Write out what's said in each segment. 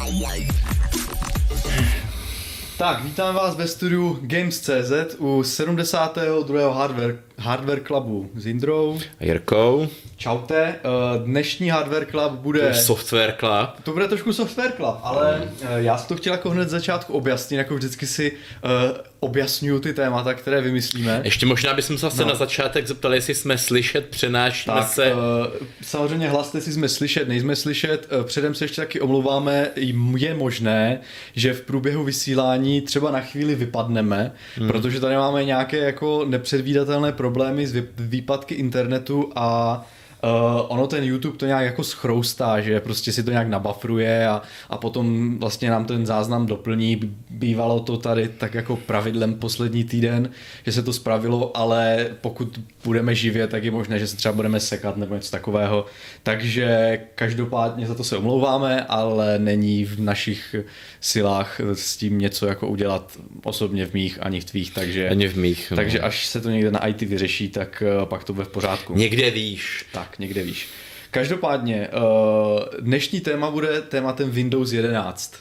Tak, vítám vás ve studiu Games.cz u 72. Hardware Clubu s Indrou a Jirkou. Čaute, dnešní Hardware Club bude... Software Club. To bude trošku Software Club, ale já si to chtěl jako hned z začátku objasnit, jako vždycky si objasňuju ty témata, které vymyslíme. Ještě možná bychom se zase na začátek zeptali, jestli jsme slyšet, přenášíme tak, se... samozřejmě hlaste, jestli jsme slyšet, nejsme slyšet. Předem se ještě taky omlouváme, je možné, že v průběhu vysílání třeba na chvíli vypadneme, protože tady máme nějaké jako nepředvídatelné problémy s výpadky internetu a ono ten YouTube to nějak jako schroustá, že prostě si to nějak nabafruje a potom vlastně nám ten záznam doplní. Bývalo to tady tak jako pravidlem poslední týden, že se to spravilo, ale pokud budeme živě, tak je možné, že se třeba budeme sekat nebo něco takového. Takže každopádně za to se omlouváme, ale není v našich silách s tím něco jako udělat osobně v mých ani v tvých, takže, ani v mých, takže až se to někde na IT vyřeší, tak pak to bude v pořádku. Někde víš. Tak, někde víš. Každopádně, dnešní téma bude tématem Windows 11.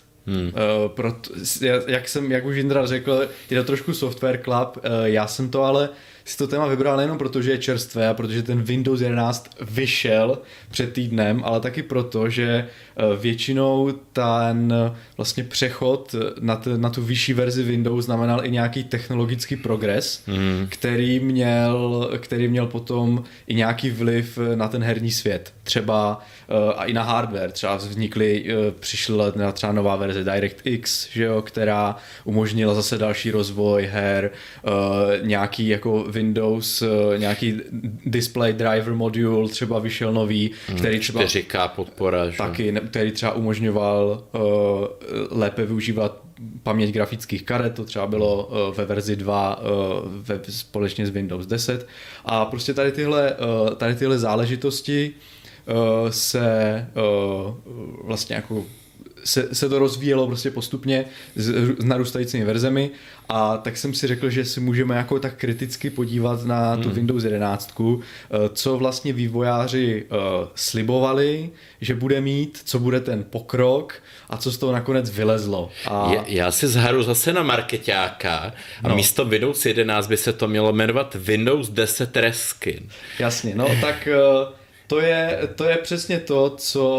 Jak už Indra řekl, je to trošku Software Club, já jsem to ale si to téma vybral nejenom proto, že je čerstvé a protože ten Windows 11 vyšel před týdnem, ale taky proto, že většinou ten vlastně přechod na tu vyšší verzi Windows znamenal i nějaký technologický progres, který měl potom i nějaký vliv na ten herní svět. Třeba a i na hardware. Třeba přišla třeba nová verze DirectX, že jo, která umožnila zase další rozvoj her, nějaký jako Windows, nějaký display driver module třeba vyšel nový, který třeba 4K podpora, že? Taky, který třeba umožňoval lépe využívat paměť grafických karet, to třeba bylo ve verzi 2 společně s Windows 10 a prostě tady tyhle záležitosti se vlastně jako se to rozvíjelo prostě postupně s narůstajícími verzemi a tak jsem si řekl, že si můžeme jako tak kriticky podívat na tu Windows 11, co vlastně vývojáři slibovali, že bude mít, co bude ten pokrok a co z toho nakonec vylezlo. Já si zharu zase na markeťáka a místo Windows 11 by se to mělo jmenovat Windows 10 Reskin. Jasně, no tak... To je přesně to,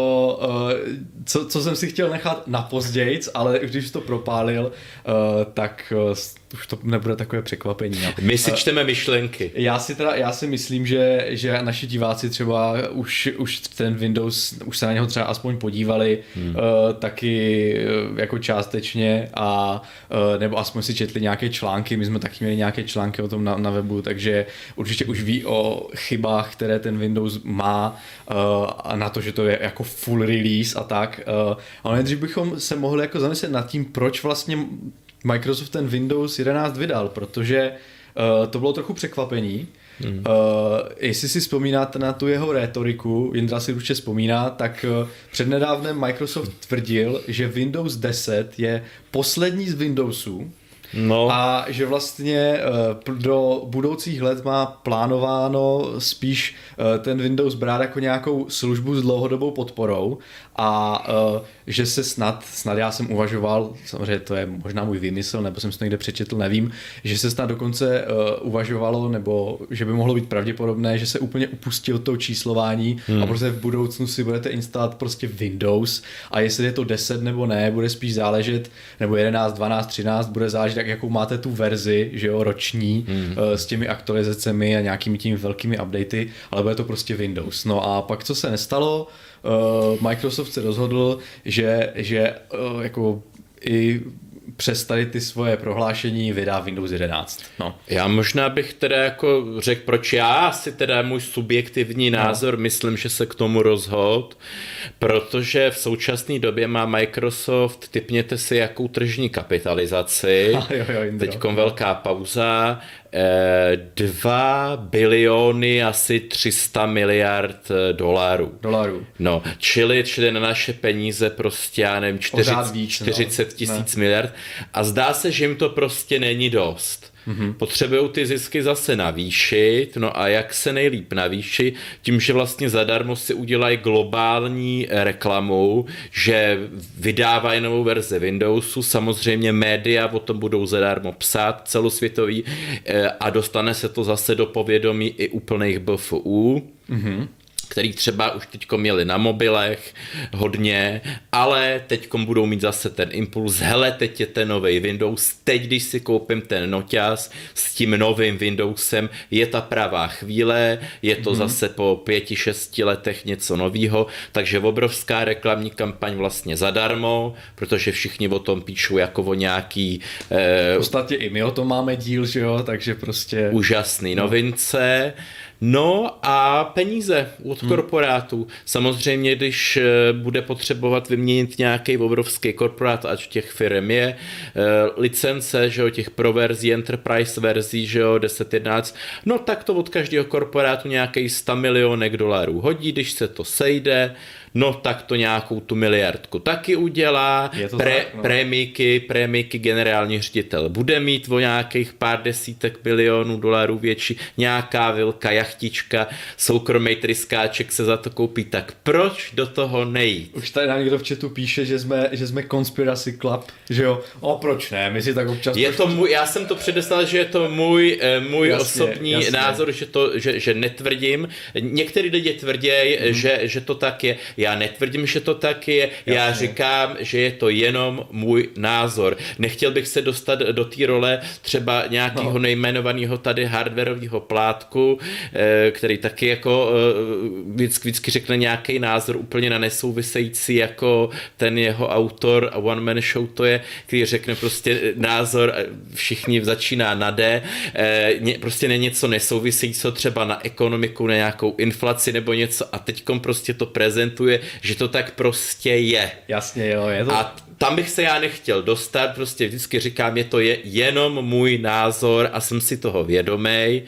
co jsem si chtěl nechat na pozdějc, ale když to propálil, tak už to nebude takové překvapení. No. My si čteme myšlenky. Já si myslím, že naši diváci třeba už ten Windows, už se na něho třeba aspoň podívali, taky jako částečně nebo aspoň si četli nějaké články, my jsme taky měli nějaké články o tom na webu, takže určitě už ví o chybách, které ten Windows má a na to, že to je jako full release a tak. Ale nejdřív bychom se mohli jako zamyslet nad tím, proč vlastně Microsoft ten Windows 11 vydal, protože to bylo trochu překvapení. Jestli si vzpomínáte na tu jeho rétoriku, Jindra si určitě vzpomíná, tak přednedávnem Microsoft tvrdil, že Windows 10 je poslední z Windowsů, no. A že vlastně do budoucích let má plánováno spíš ten Windows brát jako nějakou službu s dlouhodobou podporou a že se snad já jsem uvažoval, samozřejmě to je možná můj výmysl, nebo jsem si to někde přečetl, nevím, že se snad dokonce uvažovalo, nebo že by mohlo být pravděpodobné, že se úplně upustil to číslování a prostě v budoucnu si budete instalovat prostě Windows a jestli je to 10 nebo ne, bude spíš záležet, nebo 11, 12, 13, bude záležet, jakou máte tu verzi, že jo, roční, s těmi aktualizacemi a nějakými těmi velkými updaty, ale bude to prostě Windows. No a pak co se nestalo, Microsoft se rozhodl, že jako i přes tady ty svoje prohlášení vydá Windows 11. No. Já možná bych teda jako řekl, proč já si teda můj subjektivní názor myslím, že se k tomu rozhod, protože v současné době má Microsoft, tipněte si jakou tržní kapitalizaci, teďkom velká pauza, 2 biliony asi 300 miliard dolarů. No, čili na naše peníze prostě, já nevím, 40 tisíc miliard a zdá se, že jim to prostě není dost. Potřebují ty zisky zase navýšit, no a jak se nejlíp navýší, tím, že vlastně zadarmo si udělají globální reklamu, že vydávají novou verzi Windowsu, samozřejmě média o tom budou zadarmo psát celosvětový a dostane se to zase do povědomí i úplných BFU. Který třeba už teďko měli na mobilech hodně, ale teďkom budou mít zase ten impuls, hele, teď je ten nový Windows, teď, když si koupím ten noťaz s tím novým Windowsem, je ta pravá chvíle, je to zase po 5-6 letech něco novýho, takže obrovská reklamní kampaň vlastně zadarmo, protože všichni o tom píšou jako o nějaký... V podstatě i my o tom máme díl, že jo, takže prostě... Úžasný novince. No a peníze od korporátů. Samozřejmě, když bude potřebovat vyměnit nějaký obrovský korporát, ať těch firm je, licence, že jo, těch pro verzí, enterprise verzí, že jo, 10-11, no tak to od každého korporátu nějaký 100 milionek dolarů hodí, když se to sejde, no tak to nějakou tu miliardku taky udělá, prémíky generální ředitel bude mít o nějakých pár desítek milionů dolarů větší, nějaká vilka, jachtička, soukromý tryskáček se za to koupí, tak proč do toho nejít? Už tady nám někdo v chatu píše, že jsme conspiracy club, že jo, proč ne, my si tak občas... Já jsem to předeslal, že je to můj osobní názor, že netvrdím, některý lidi tvrdějí, že to tak je, já netvrdím, že to tak je, já říkám, že je to jenom můj názor. Nechtěl bych se dostat do té role třeba nějakého nejmenovaného tady hardwareového plátku, který taky jako vždycky řekne nějaký názor úplně na nesouvisející jako ten jeho autor a one man show to je, který řekne prostě názor, všichni začíná na D, prostě ne něco nesouvisející třeba na ekonomiku, na nějakou inflaci nebo něco a teďkom prostě to prezentuje, že to tak prostě je. Jasně, jo, je to... A tam bych se já nechtěl dostat, prostě vždycky říkám, je to jenom můj názor a jsem si toho vědomý,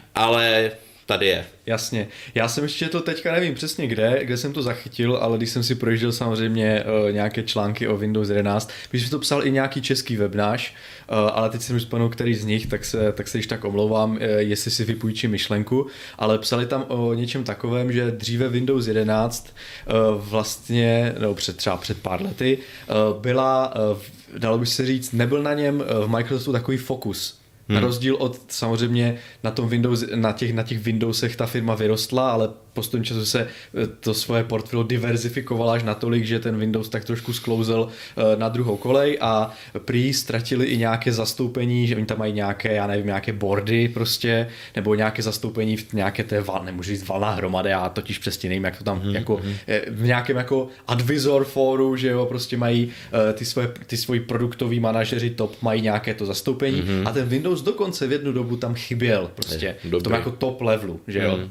ale tady je. Jasně. Já jsem ještě to teďka nevím přesně kde jsem to zachytil, ale když jsem si projížděl samozřejmě nějaké články o Windows 11, když to psal i nějaký český webnář, ale teď jsem už vzpomněl, který z nich, tak se když tak omlouvám, jestli si vypůjčím myšlenku, ale psali tam o něčem takovém, že dříve Windows 11 vlastně, nebo třeba před pár lety, byla, dalo by se říct, nebyl na něm v Microsoftu takový fokus. Na rozdíl od samozřejmě na tom Windows, na těch Windowsech ta firma vyrostla, ale postupem času se to svoje portfolio diverzifikovala až natolik, že ten Windows tak trošku sklouzl na druhou kolej a prý ztratili i nějaké zastoupení, že oni tam mají nějaké, já nevím, nějaké boardy prostě, nebo nějaké zastoupení v nějaké té nemůžu říct valná hromada, já totiž přesně nevím, jak to tam jako v nějakém jako advisor fóru, že jo, prostě mají ty svoji produktoví manažeři top mají nějaké to zastoupení a ten Windows dokonce v jednu dobu tam chyběl prostě v tom jako top levelu, že jo.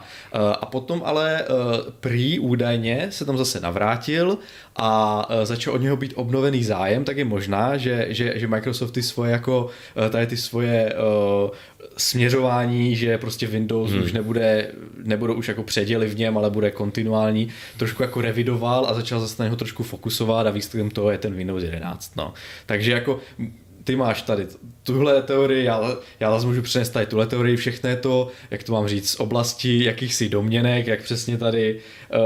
A potom ale prý údajně se tam zase navrátil a začal od něho být obnovený zájem, tak je možná, že Microsoft ty svoje jako tady ty svoje směřování, že prostě Windows už nebudou už jako předěly v něm, ale bude kontinuální, trošku jako revidoval a začal zase na něho trošku fokusovat a výsledkem toho je ten Windows 11. No. Takže jako ty máš tady tuhle teorii, já zase můžu přinést tady tuhle teorii, všechno je to, jak to mám říct, z oblasti jakýchsi domněnek, jak přesně tady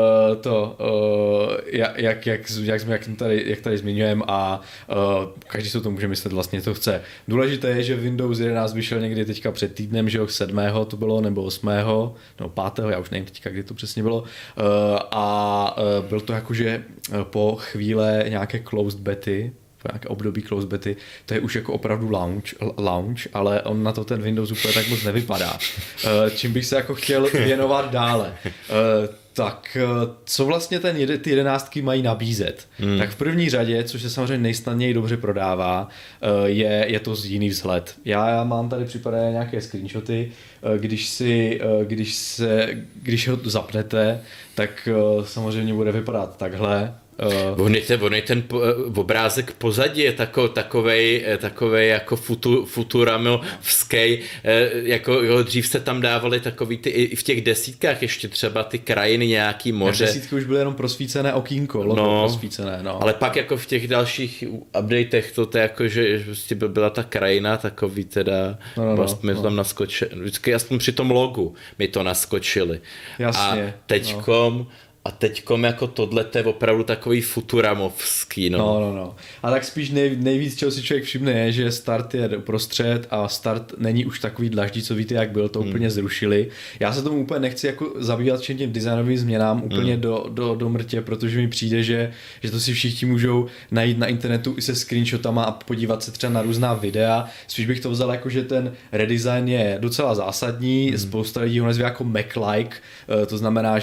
jak tady zmiňujeme a každý se to může myslet vlastně, co chce. Důležité je, že Windows 11 vyšel někdy teďka před týdnem, že jo, 7. to bylo, nebo 8. nebo 5. já už nevím teďka, kdy to přesně bylo a byl to jakože po chvíle nějaké closed bety, nějaké období close bety, to je už jako opravdu launch, ale on na to ten Windows úplně tak moc nevypadá. Čím bych se jako chtěl věnovat dále. Tak co vlastně ty 11 mají nabízet? Tak v první řadě, což se samozřejmě nejsnadněji dobře prodává, je to z jiný vzhled. Já mám tady připravené nějaké screenshoty. když ho zapnete, tak samozřejmě bude vypadat takhle. On je ten obrázek pozadí je takovej jako futuramovský, jako dřív se tam dávali takový ty, i v těch desítkách ještě třeba ty krajiny nějaký moře. Desítky už byly jenom prosvícené okýnko, prosvícené, no. Ale pak jako v těch dalších updatech to jako, že prostě byla ta krajina takový teda, mi to tam naskočilo, vždycky aspoň při tom logu mi to naskočili. Jasně. A teďkom jako tohle je opravdu takový futuramovský, no. No. A tak spíš nejvíc, čeho si člověk všimne, je, že start je uprostřed a start není už takový dlaždicovitý, jak byl, to úplně zrušili. Já se tomu úplně nechci jako zabývat všem těm designovým změnám úplně do mrtě, protože mi přijde, že to si všichni můžou najít na internetu i se screenshotama a podívat se třeba na různá videa. Spíš bych to vzal jako, že ten redesign je docela zásadní, spousta lidí ho nazývá jako Mac-like, to znamená,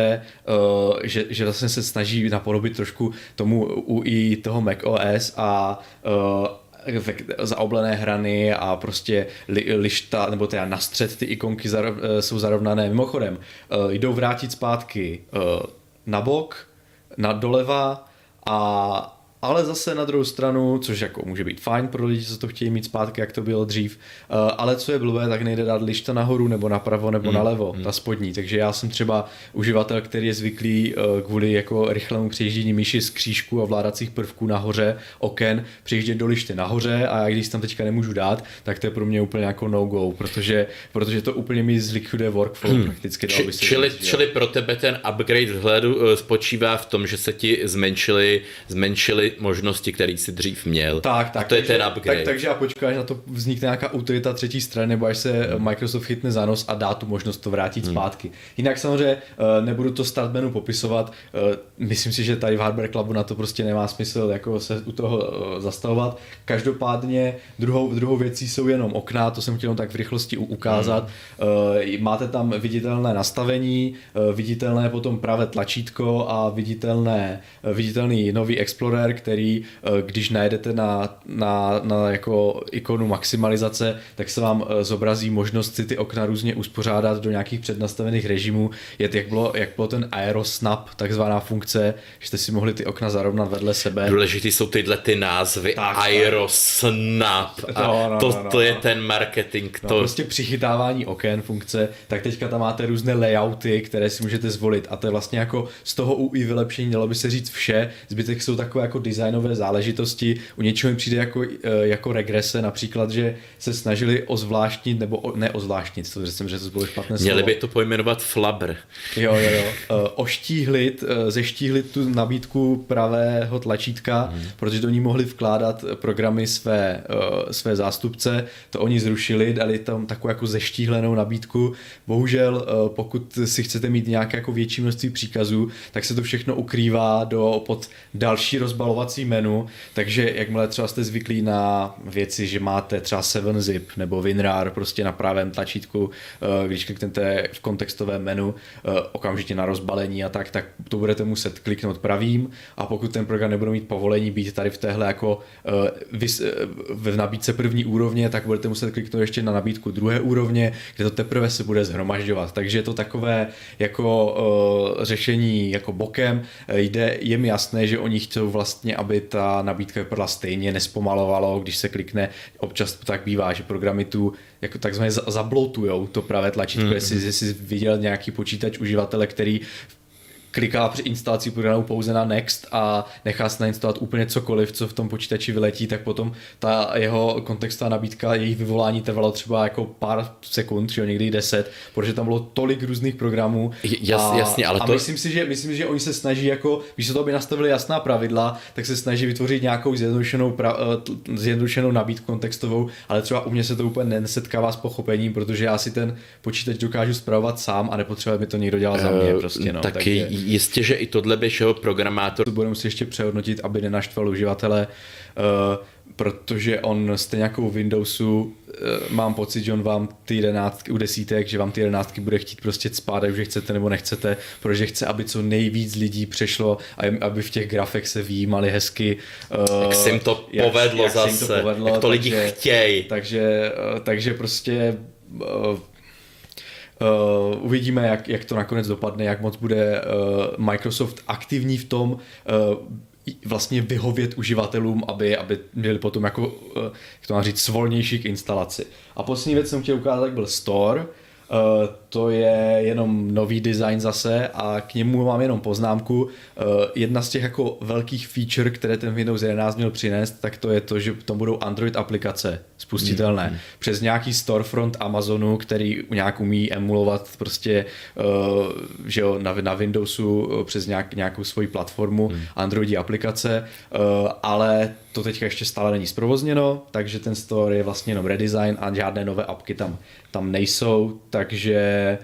že vlastně se snaží napodobit trošku tomu UI toho macOS a zaoblené hrany a prostě lišta, nebo teda na střed ty ikonky jsou zarovnané. Mimochodem, jdou vrátit zpátky na bok, doleva ale zase na druhou stranu, což jako může být fajn pro lidi, co to chtějí mít zpátky, jak to bylo dřív, ale co je blbé, tak nejde dát lišta nahoru nebo napravo nebo nalevo, ta spodní, takže já jsem třeba uživatel, který je zvyklý kvůli jako rychlému přejíždění myši z křížku a vládacích prvků nahoře oken přejíždět do liště nahoře a když tam teďka nemůžu dát, tak to je pro mě úplně jako no-go, protože to úplně mi zlikviduje workflow prakticky. Čili pro tebe ten upgrade vzhledu spočívá v tom, že se ti zmenšily možnosti, které jsi dřív měl. Tak, a to je ten upgrade. Takže já počkám, až na to vznikne nějaká utilita třetí strany, nebo až se Microsoft chytne za nos a dá tu možnost to vrátit zpátky. Jinak samozřejmě nebudu to start menu popisovat. Myslím si, že tady v Hardware Clubu na to prostě nemá smysl jako se u toho zastavovat. Každopádně druhou věcí jsou jenom okna, to jsem chtěl tak v rychlosti ukázat. Máte tam viditelné nastavení, viditelné potom pravé tlačítko a viditelný nový Explorer, který, když najedete na jako ikonu maximalizace, tak se vám zobrazí možnost si ty okna různě uspořádat do nějakých přednastavených režimů. Jak bylo ten Aerosnap, takzvaná funkce, že jste si mohli ty okna zarovnat vedle sebe. Důležitý jsou tyhle ty názvy. Aerosnap. To je ten marketing. Prostě přichytávání oken funkce, tak teďka tam máte různé layouty, které si můžete zvolit a to je vlastně jako z toho UI vylepšení, dalo by se říct vše, zbytek jsou takové jako designové záležitosti, u něčeho mi přijde jako regrese, například, že se snažili ozvláštnit, nebo neozvláštnit, to jsem, že to bylo špatné slovo. Měli by to pojmenovat flabr. Jo. Zeštíhlit tu nabídku pravého tlačítka, protože do ní mohli vkládat programy své zástupce, to oni zrušili, dali tam takovou jako zeštíhlenou nabídku. Bohužel, pokud si chcete mít nějaké jako větší množství příkazů, tak se to všechno ukrývá pod další rozbalovací menu, takže jakmile třeba jste zvyklí na věci, že máte třeba 7zip nebo WinRAR prostě na pravém tlačítku, když kliknete v kontextovém menu okamžitě na rozbalení a tak to budete muset kliknout pravým a pokud ten program nebude mít povolení být tady v téhle jako v nabídce první úrovně, tak budete muset kliknout ještě na nabídku druhé úrovně, kde to teprve se bude shromažďovat. Takže je to takové jako řešení jako bokem. Je mi jasné, že oni chtějí vlastně, aby ta nabídka vypadala stejně, nespomalovalo, když se klikne, občas tak bývá, že programy tu jako takzvaně zabloutujou to pravé tlačítko, jestli jsi viděl nějaký počítač uživatele, který kliká při instalaci programu pouze na Next a nechá se nainstalovat úplně cokoliv, co v tom počítači vyletí, tak potom ta jeho kontextová nabídka, jejich vyvolání trvalo třeba jako pár sekund, že někdy 10, protože tam bylo tolik různých programů. Jasně, ale to... myslím si, že oni se snaží jako, když se to by nastavili jasná pravidla, tak se snaží vytvořit nějakou zjednodušenou nabídku kontextovou, ale třeba u mě se to úplně nesetkává s pochopením, protože já si ten počítač dokážu spravovat sám a nepotřebuje mi to někdo dělat za mě prostě, no. Taky jistě, že i tohle běžel programátor. Budeme muset ještě přehodnotit, aby nenaštval uživatele, protože on stejně jako u Windowsu mám pocit, že on vám ty 11 u desítek, že vám ty 11 bude chtít prostě cpát, už je chcete nebo nechcete, protože chce, aby co nejvíc lidí přešlo a aby v těch grafech se vyjímali hezky. Jak se jim to povedlo zase, jak to lidi chtějí. Takže prostě Uvidíme, jak to nakonec dopadne, jak moc bude Microsoft aktivní v tom vlastně vyhovět uživatelům, aby měli potom jako, jak to mám říct, svolnější k instalaci. A poslední věc jsem chtěl ukázat, byl Store. To je jenom nový design zase a k němu mám jenom poznámku. Jedna z těch jako velkých feature, které ten Windows 11 měl přinést, tak to je to, že tam budou Android aplikace spustitelné přes nějaký storefront Amazonu, který nějak umí emulovat prostě že jo, na Windowsu přes nějakou svoji platformu Androidí aplikace, ale to teďka ještě stále není zprovozněno, takže ten store je vlastně jenom redesign a žádné nové apky tam nejsou, takže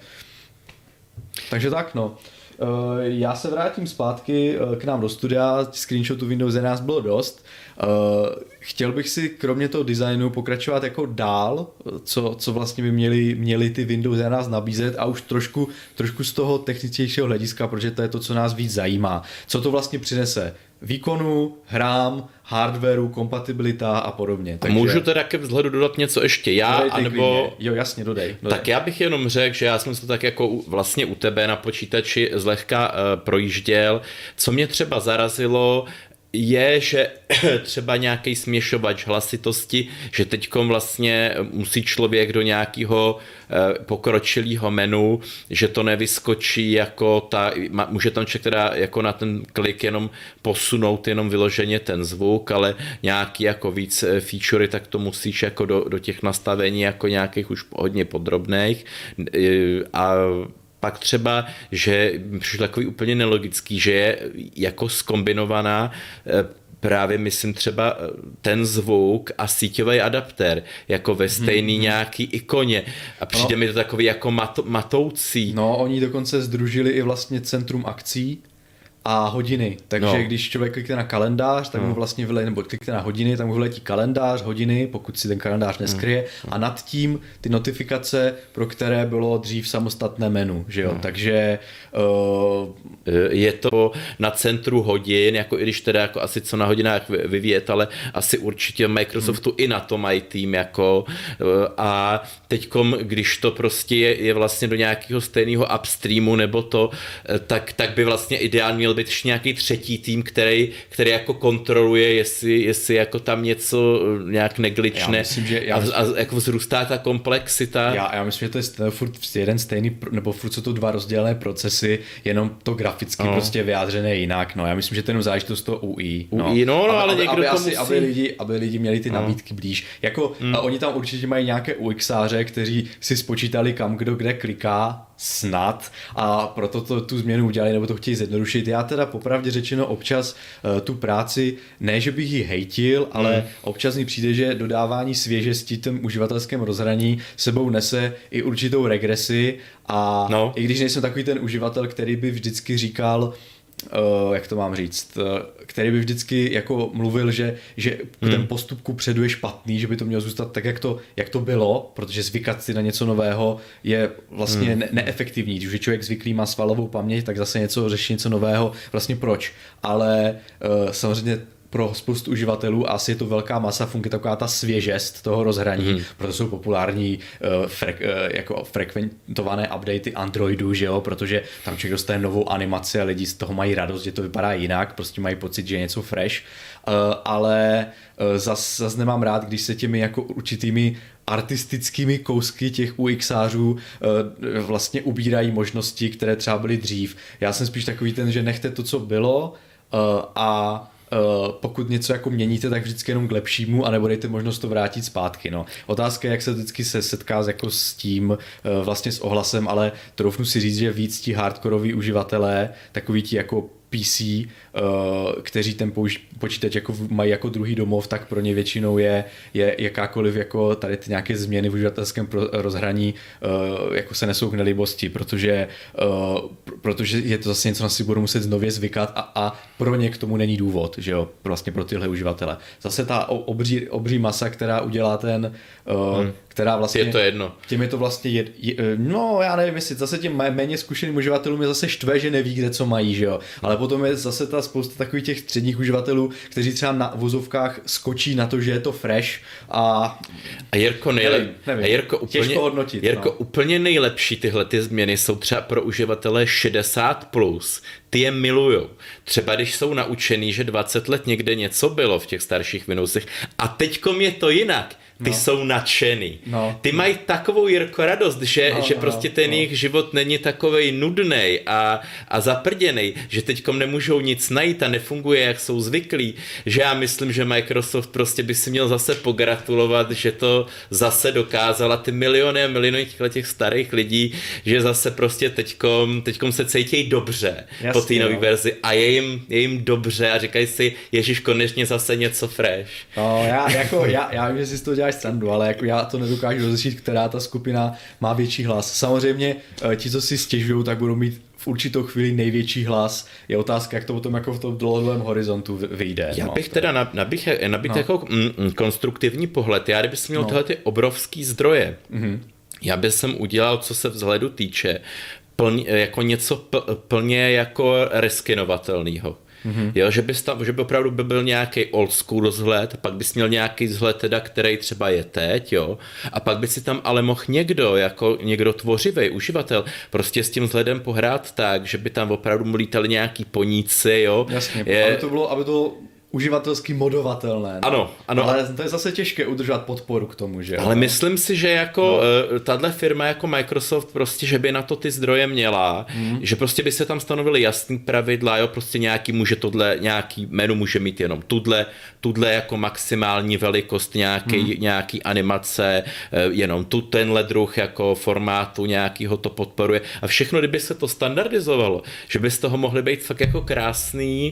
tak no. Já se vrátím zpátky k nám do studia, screenshotu Windows 11 bylo dost. Chtěl bych si kromě toho designu pokračovat jako dál, co vlastně by měli ty Windows 11 nabízet a už trošku z toho techničtějšího hlediska, protože to je to, co nás víc zajímá. Co to vlastně přinese? Výkonu, hrám, hardwareu, kompatibilita a podobně. Takže... Můžu teda ke vzhledu dodat něco ještě já, anebo... Jo, jasně, dodej. Tak já bych jenom řekl, že já jsem to tak jako vlastně u tebe na počítači zlehka projížděl. Co mě třeba zarazilo, je, že třeba nějaký směšovač hlasitosti, že teďkom vlastně musí člověk do nějakého pokročilého menu, že to nevyskočí jako může tam člověk teda jako na ten klik jenom posunout jenom vyloženě ten zvuk, ale nějaký jako víc featurey, tak to musíš jako do těch nastavení jako nějakých už hodně podrobných a pak třeba, že přišlo takový úplně nelogický, že je jako zkombinovaná právě myslím třeba ten zvuk a síťový adaptér jako ve stejný nějaký ikoně a přijde mi to takový jako matoucí. No, oni dokonce sdružili i vlastně centrum akcí a hodiny, takže když člověk klikne na kalendář, tak mu vlastně nebo klikne na hodiny, tak mu vyletí kalendář, hodiny, pokud si ten kalendář neskryje a nad tím ty notifikace, pro které bylo dřív samostatné menu, že jo, takže je to na centru hodin, jako i když teda jako asi co na hodinách vyvíjet, ale asi určitě Microsoftu i na to mají tým jako a teďkom, když to prostě je vlastně do nějakého stejného upstreamu nebo to, tak by vlastně ideálně měl být ještě nějaký třetí tým, který jako kontroluje, jestli jako tam něco nějak neglične a jako vzrůstá ta komplexita. Já myslím, že to je furt jeden stejný, nebo furt jsou to dva rozdělené procesy, jenom to graficky prostě vyjádřené jinak. No, já myslím, že to je jenom záležitost toho UI. Ale někdo to musí... Aby lidi měli ty nabídky blíž. Jako, a oni tam určitě mají nějaké UXáře, kteří si spočítali, kam kdo kde kliká, snad, a proto tu změnu udělali, nebo to chtějí zjednodušit. Já teda popravdě řečeno občas tu práci, ne že bych ji hejtil, ale občas mi přijde, že dodávání svěžesti tím uživatelském rozhraní sebou nese i určitou regresi a i když nejsem takový ten uživatel, který by vždycky říkal, jak to mám říct, který by vždycky jako mluvil, že ten postup kupředu je špatný, že by to mělo zůstat tak, jak to bylo, protože zvykat si na něco nového je vlastně neefektivní. Když je člověk zvyklý, má svalovou paměť, tak zase řeší něco nového, vlastně proč. Ale samozřejmě pro spoustu uživatelů asi je to velká masa, funguje taková ta svěžest toho rozhraní, proto jsou populární jako frekventované updaty Androidu, že jo, protože tam člověk dostane novou animaci a lidi z toho mají radost, že to vypadá jinak, prostě mají pocit, že je něco fresh, ale zas nemám rád, když se těmi jako určitými artistickými kousky těch UXářů vlastně ubírají možnosti, které třeba byly dřív. Já jsem spíš takový ten, že nechte to, co bylo a pokud něco jako měníte, tak vždycky jenom k lepšímu a nebo dejte možnost to vrátit zpátky. No. Otázka je, jak se vždycky setká jako s tím, vlastně s ohlasem, ale troufnu si říct, že víc ti hardkoroví uživatelé, takový ti jako PC, kteří ten počítač jako mají jako druhý domov, tak pro ně většinou je jakákoliv jako tady ty nějaké změny v uživatelském rozhraní jako se nesou k nelibosti, protože je to zase něco, na si budou muset znově zvykat a pro ně k tomu není důvod, že jo, vlastně pro tyhle uživatele. Zase ta obří masa, která udělá která vlastně... Je to jedno. Těm je to vlastně, no já nevím, jestli zase těm méně zkušeným uživatelům je zase štve, že neví, kde co mají, že jo. Ale potom je zase ta spousta takových těch středních uživatelů, kteří třeba na vozovkách skočí na to, že je to fresh a Jirko, těžko hodnotit. Jirko, úplně nejlepší tyhle ty změny jsou třeba pro uživatele 60+. Ty je milujou. Třeba když jsou naučený, že 20 let někde něco bylo v těch starších Windowsech a teďkom je to jinak. Ty jsou nadšený. Ty mají takovou, Jirko, radost, že prostě ten jejich život není takovej nudnej a zaprděnej, že teďkom nemůžou nic najít a nefunguje, jak jsou zvyklí, že já myslím, že Microsoft prostě by si měl zase pogratulovat, že to zase dokázala ty miliony a miliony těch starých lidí, že zase prostě teďkom se cítějí dobře. Jasně, po té nové verzi a je jim dobře a říkají si, ježiš, konečně zase něco fresh. No, já vím, že si to děláš srandu, ale jako já to nedokážu rozlišit, která ta skupina má větší hlas. Samozřejmě ti, co si stěžují, tak budou mít v určitou chvíli největší hlas. Je otázka, jak to potom jako v tom dlouhodobém horizontu vyjde. Já bych teda nabít jako konstruktivní pohled. Já kdybych měl tyhle ty obrovský zdroje, já bych jsem udělal, co se vzhledu týče, jako něco plně jako reskinovatelného. Jo, že by opravdu byl nějaký old school vzhled, pak bys měl nějaký vzhled teda, který třeba je teď, jo, a pak by si tam ale mohl někdo tvořivý uživatel, prostě s tím vzhledem pohrát tak, že by tam opravdu lítali nějaký poníci, jo. Jasně, aby to bylo uživatelsky modovatelné. Ano. Ale to je zase těžké udržovat podporu k tomu, že jo? Ale myslím si, že jako tahle firma jako Microsoft prostě, že by na to ty zdroje měla, že prostě by se tam stanovily jasný pravidla, jo, prostě nějaký menu může mít jenom tudle jako maximální velikost nějaký animace, jenom tenhle druh jako formátu nějakýho to podporuje a všechno, kdyby se to standardizovalo, že by z toho mohly být fakt jako krásný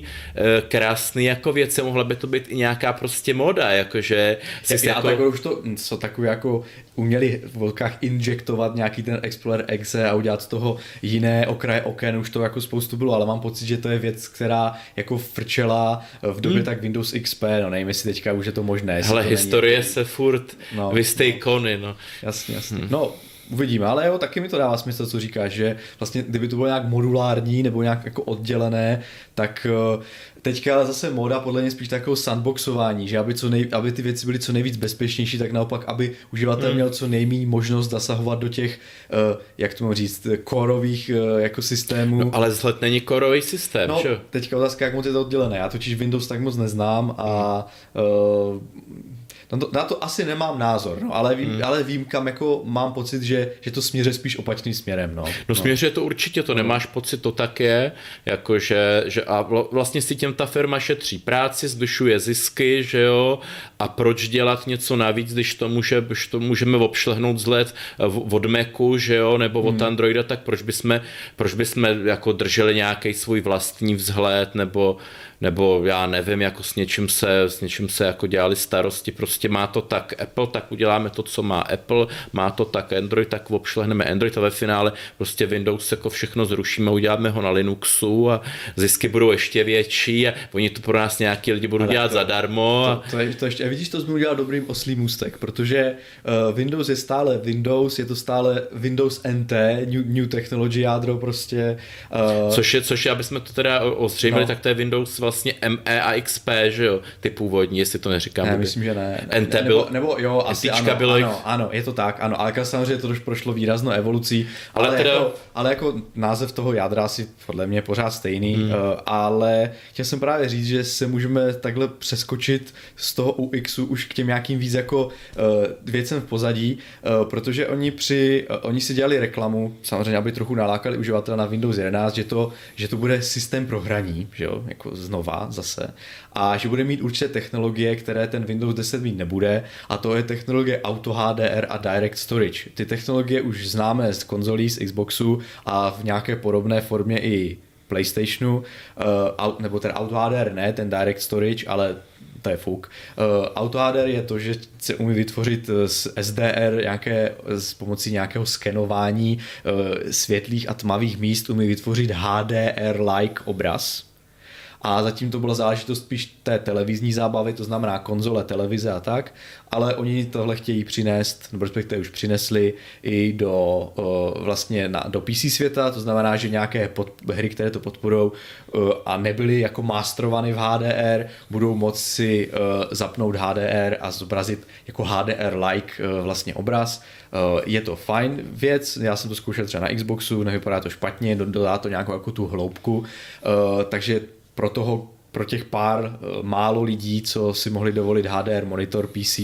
jako věci, mohla by to být i nějaká prostě móda, jakože... A tak už to jsou takové jako uměli v volkách injektovat nějaký ten Explorer exe a udělat z toho jiné okraje oken, už to jako spoustu bylo, ale mám pocit, že to je věc, která jako frčela v době tak Windows XP, no nevím, jestli teďka už je to možné. Hele, to historie se furt vystej kony, no. Jasně. No, uvidíme, ale jo, taky mi to dává smysl, co říkáš, že vlastně kdyby to bylo nějak modulární nebo nějak jako oddělené, tak teďka zase móda podle mě spíš takovou sandboxování, že aby ty věci byly co nejvíc bezpečnější, tak naopak, aby uživatel měl co nejméně možnost zasahovat do těch, jak to mám říct, coreových jako systémů. No, ale vzhled není coreový systém, no, že? Teďka otázka, jak moc je to oddělené. Já totiž Windows tak moc neznám a na to asi nemám názor, no, ale vím, kam jako mám pocit, že to směřuje spíš opačným směrem. No směřuje to určitě, to nemáš pocit, to tak je, jakože, a vlastně si těm ta firma šetří práci, zvyšuje zisky, že jo, a proč dělat něco navíc, když to můžeme obšlehnout vzhled od Macu, že jo, nebo od Androida, tak proč bychom jako drželi nějaký svůj vlastní vzhled, nebo já nevím, jako s něčím se jako dělali starosti, prostě má to tak Apple, tak uděláme to, co má Apple, má to tak Android, tak obšlehneme Android a ve finále prostě Windows jako všechno zrušíme, uděláme ho na Linuxu a zisky budou ještě větší a oni to pro nás nějaký lidi budou dělat zadarmo. To ještě, vidíš, to jsme udělali dobrým oslý můstek, protože Windows je stále Windows, je to stále Windows NT, New Technology jádro prostě. Což je, aby jsme to teda ozřejmili, tak to je Windows vlastně ME a XP, že jo, ty původní, jestli to neříkám. Ne, myslím, že ne. NT bylo, nebo jo, asi ano, je to tak, ano, ale samozřejmě to už prošlo výraznou evolucí, ale jako název toho jádra asi podle mě pořád stejný, ale chtěl jsem právě říct, že se můžeme takhle přeskočit z toho UXu už k těm nějakým víc jako věcem v pozadí, protože oni si dělali reklamu, samozřejmě, aby trochu nalákali uživatele na Windows 11, že to bude systém pro hraní, že jo, jako znova zase, a že bude mít určité technologie, které ten Windows 10 mít nebude, a to je technologie Auto HDR a Direct Storage. Ty technologie už známe z konzolí, z Xboxu a v nějaké podobné formě i PlayStationu, nebo ten Auto HDR ne, ten Direct Storage, ale to je fuk. Auto HDR je to, že se umí vytvořit z SDR s pomocí nějakého skenování světlých a tmavých míst umí vytvořit HDR-like obraz. a zatím to byla záležitost spíš té televizní zábavy, to znamená konzole, televize a tak, ale oni tohle chtějí přinést, nebo respektive už přinesli i do vlastně do PC světa, to znamená, že nějaké hry, které to podporujou a nebyly jako masterovány v HDR, budou moci zapnout HDR a zobrazit jako HDR-like vlastně obraz. Je to fajn věc, já jsem to zkoušel třeba na Xboxu, nevypadá to špatně, dodá to nějakou jako tu hloubku, takže pro těch pár málo lidí, co si mohli dovolit HDR monitor PC,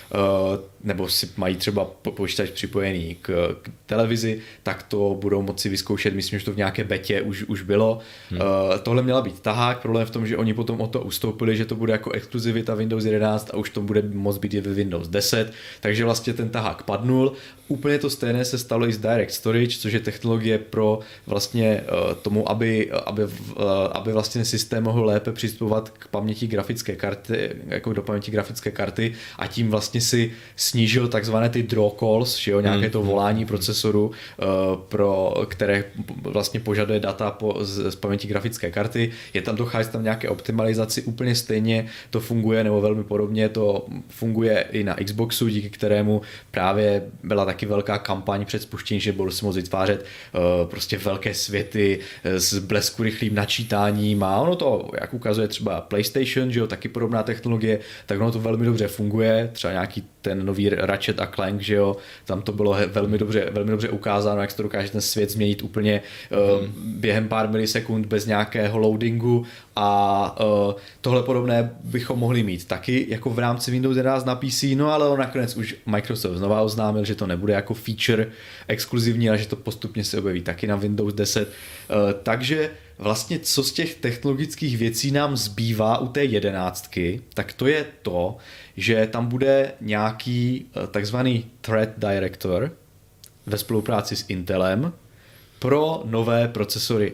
nebo si mají třeba počítač připojený k televizi, tak to budou moci vyzkoušet, myslím, že to v nějaké betě už bylo. Tohle měla být tahák, problém v tom, že oni potom o to ustoupili, že to bude jako exkluzivita Windows 11 a už to bude moc být i ve Windows 10, takže vlastně ten tahák padnul. Úplně to stejné se stalo i s Direct Storage, což je technologie pro vlastně tomu, aby vlastně systém mohl lépe přistupovat k paměti grafické karty, jako do paměti grafické karty a tím vlastně si snížil takzvané ty draw calls, že jo, nějaké to volání procesoru, pro které vlastně požaduje data z paměti grafické karty. Dochází tam nějaké optimalizaci, úplně stejně to funguje, nebo velmi podobně to funguje i na Xboxu, díky kterému právě byla taky velká kampaň před spuštěním, že budou si moct vytvářet prostě velké světy s blesku rychlým načítáním a ono to, jak ukazuje třeba PlayStation, že jo, taky podobná technologie, tak ono to velmi dobře funguje, třeba nějaký ten nový Ratchet a Clank, že jo, tam to bylo velmi dobře ukázáno, jak se to dokáže ten svět změnit úplně během pár milisekund bez nějakého loadingu a tohle podobné bychom mohli mít taky jako v rámci Windows 11 na PC, no ale on nakonec už Microsoft znova oznámil, že to nebude jako feature exkluzivní, ale že to postupně se objeví taky na Windows 10, takže vlastně co z těch technologických věcí nám zbývá u té 11, tak to je to, že tam bude nějaký takzvaný Thread Director ve spolupráci s Intelem pro nové procesory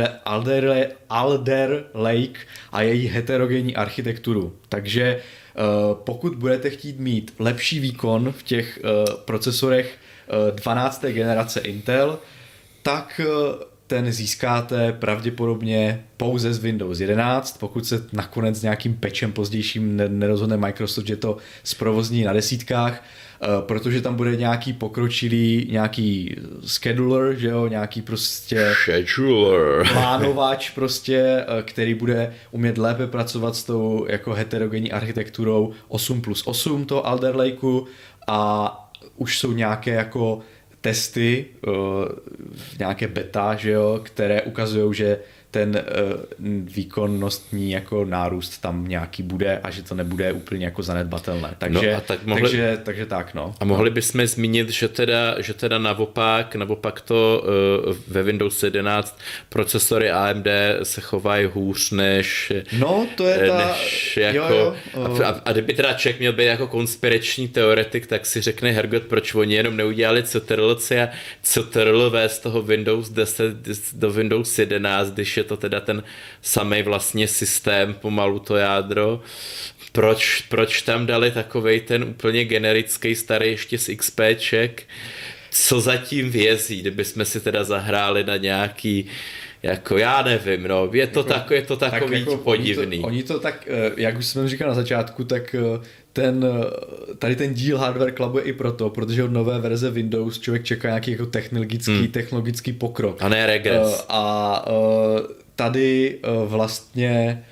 Alder Lake a její heterogenní architekturu. Takže pokud budete chtít mít lepší výkon v těch procesorech 12. generace Intel, tak ten získáte pravděpodobně pouze z Windows 11, pokud se nakonec nějakým patchem pozdějším nerozhodne Microsoft, že to zprovozní na desítkách, protože tam bude nějaký pokročilý, nějaký scheduler, že jo, nějaký prostě plánovač prostě, který bude umět lépe pracovat s tou jako heterogenní architekturou 8+8 toho Alder Lakeu a už jsou nějaké jako testy, nějaké beta, že jo, které ukazují, že ten výkonnostní jako nárůst tam nějaký bude a že to nebude úplně jako zanedbatelné. Takže, no takže tak, no. A mohli bychom zmínit, že teda naopak to ve Windows 11 procesory AMD se chovají hůř než no, to je ta... jako, jo. A kdyby teda člověk měl být jako konspirační teoretik, tak si řekne Hergot, proč oni jenom neudělali CTRL z toho Windows 10 do Windows 11, když je to teda ten samej vlastně systém, pomalu to jádro. Proč tam dali takovej ten úplně generický starý ještě z XPček? Co zatím vězí, kdybychom si teda zahráli na nějaký, jako já nevím, no, je to takový jako podivný. Oni to tak, jak už jsem říkal na začátku, tak tady ten díl Hardware Clubu je i proto, protože od nové verze Windows člověk čeká nějaký jako technologický pokrok. A ne regres. A tady vlastně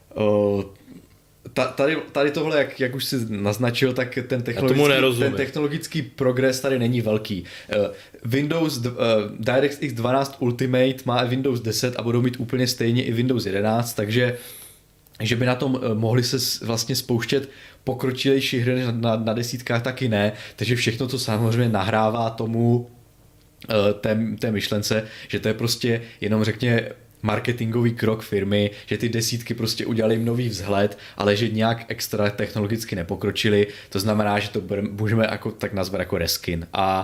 tady tohle, jak už si naznačil, tak ten technologický progres tady není velký. Windows DirectX 12 Ultimate má Windows 10 a budou mít úplně stejně i Windows 11, takže že by na tom mohli se vlastně spouštět pokročilejší hry na desítkách, taky ne. Takže všechno to samozřejmě nahrává tomu té myšlence, že to je prostě jenom řekně marketingový krok firmy, že ty desítky prostě udělali jim nový vzhled, ale že nějak extra technologicky nepokročili, to znamená, že to můžeme jako, tak nazvat jako reskin. A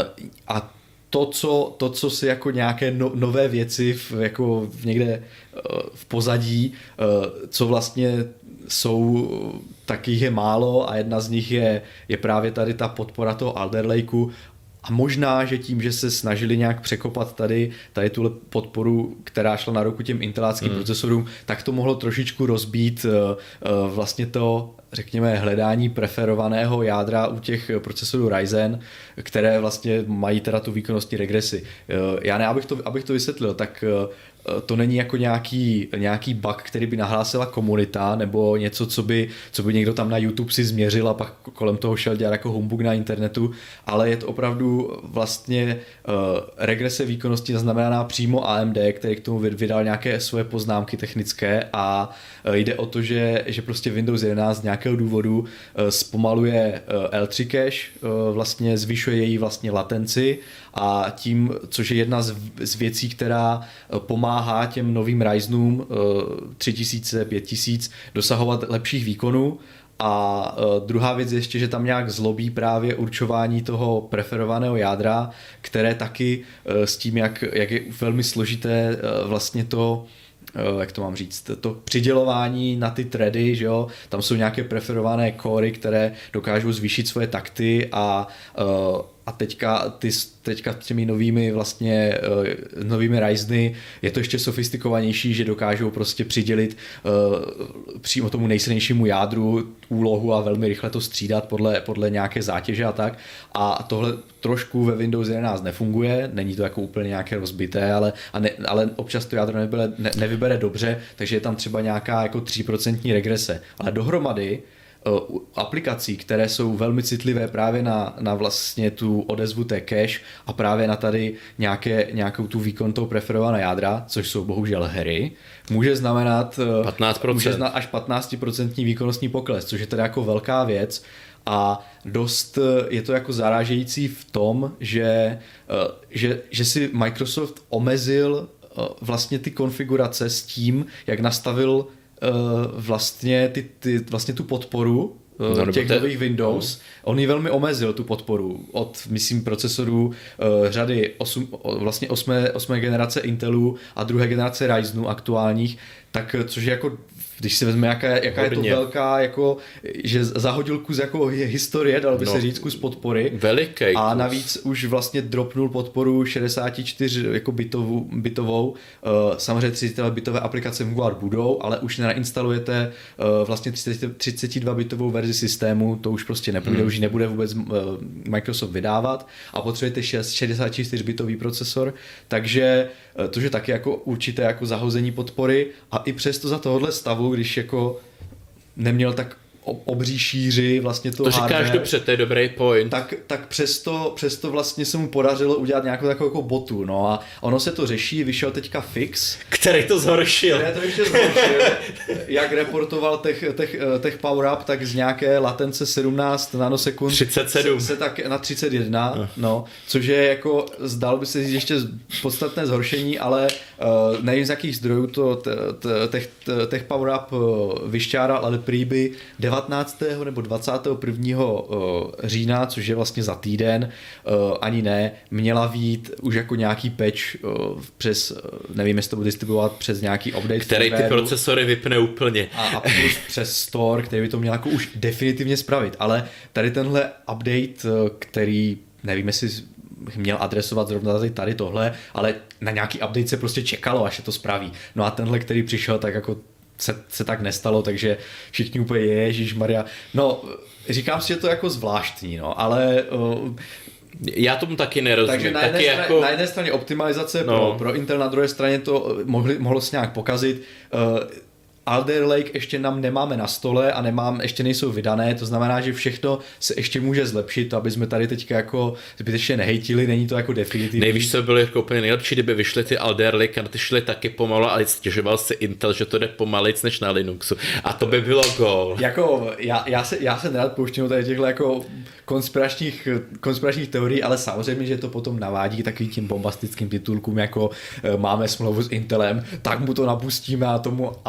to, co si jako nějaké nové věci jako někde v pozadí, co vlastně jsou, taky je málo a jedna z nich je právě tady ta podpora toho Alder Lakeu. A možná, že tím, že se snažili nějak překopat tady tuhle podporu, která šla na ruku těm inteláckým procesorům, tak to mohlo trošičku rozbít vlastně to, řekněme, hledání preferovaného jádra u těch procesorů Ryzen, které vlastně mají teda tu výkonnostní regresi. Já ne, abych to vysvětlil, tak to není jako nějaký bug, který by nahlásila komunita, nebo něco, co by někdo tam na YouTube si změřil a pak kolem toho šel dělat jako humbug na internetu, ale je to opravdu vlastně regrese výkonnosti zaznamenaná přímo AMD, který k tomu vydal nějaké svoje poznámky technické a jde o to, že prostě Windows 11 z nějakého důvodu zpomaluje L3 cache, vlastně zvyšuje její vlastně latenci a tím, což je jedna z věcí, která pomáhá těm novým Ryzenům 3000, 5000 dosahovat lepších výkonů. A druhá věc je ještě, že tam nějak zlobí právě určování toho preferovaného jádra, které taky s tím, jak je velmi složité vlastně to, jak to mám říct, to přidělování na ty thready, že jo, tam jsou nějaké preferované cory, které dokážou zvýšit svoje takty a teďka těmi novými vlastně novými Ryzeny je to ještě sofistikovanější, že dokážou prostě přidělit přímo tomu nejsilnějšímu jádru úlohu a velmi rychle to střídat podle nějaké zátěže a tak. A tohle trošku ve Windows 11 nefunguje, není to jako úplně nějaké rozbité, ale občas to jádro nevybere dobře, takže je tam třeba nějaká jako 3% regrese. Ale dohromady aplikací, které jsou velmi citlivé právě na vlastně tu odezvu té cache a právě na tady nějakou tu výkon toho preferovaného jádra, což jsou bohužel hry, může znamenat 15%. Až 15% výkonnostní pokles, což je teda jako velká věc a dost je to jako zarážející v tom, že si Microsoft omezil vlastně ty konfigurace s tím, jak nastavil vlastně vlastně tu podporu těch nových Windows. On ji velmi omezil, tu podporu, od, myslím, procesorů řady 8. generace Intelu a 2. generace Ryzenů aktuálních, tak což je jako, když si vezme, jaká je to velká, jako, že zahodil kus jako historie, dalo by se říct, kus podpory. Veliký a navíc už vlastně dropnul podporu 64 jako bitovou. Samozřejmě 32 bitové aplikace fungovat budou, ale už nainstalujete vlastně 32 bitovou verzi systému, to už prostě nepůjde, už ji nebude vůbec Microsoft vydávat a potřebujete 64 bitový procesor, takže to je taky jako určité jako zahození podpory a i přesto za tohohle stavu, když jako neměl tak obří šíři vlastně toho hardware. To říkáš dobře, to je dobrý point. Tak přesto vlastně se mu podařilo udělat nějakou takovou jako botu, no a ono se to řeší, vyšel teďka fix. Který to zhoršil. Který to ještě zhoršil. Jak reportoval Tech Power Up, tak z nějaké latence 17 nanosekund 37. se tak na 31, no, což je jako, zdalo by se říct ještě podstatné zhoršení, ale nevím z jakých zdrojů to Tech Power Up vyšťáral, ale prý by 19. nebo 21. října, což je vlastně za týden, ani ne, měla být už jako nějaký patch přes, nevím, jestli to bude distribuovat přes nějaký update. Který ty procesory vypne úplně. A plus přes Store, který by to měl jako už definitivně spravit. Ale tady tenhle update, který, nevím, jestli měl adresovat zrovna tady tohle, ale na nějaký update se prostě čekalo, až se to spraví. No a tenhle, který přišel, tak jako se tak nestalo, takže všichni úplně ježišmarja. No, říkám si, že to je jako zvláštní, no, ale já tomu taky nerozumím. Takže na jedné straně optimalizace pro Intel, na druhé straně to mohlo se nějak pokazit. Alder Lake ještě nám nemáme na stole a ještě nejsou vydané, to znamená, že všechno se ještě může zlepšit, aby jsme tady teďka jako zbytečně nehejtili, není to jako definitivní. Nejvíš, co bylo jako úplně nejlepší, kdyby vyšly ty Alder Lake a ty šly taky pomalu, ale stěžoval si Intel, že to jde pomalic než na Linuxu. A to by bylo gól. Jako, já se nerad pouštím tady těchto jako konspiračních teorií, ale samozřejmě, že to potom navádí takovým tím bombastickým titulkům, jako máme smlouvu s Intelem, tak mu to napustíme a tomu AMDčku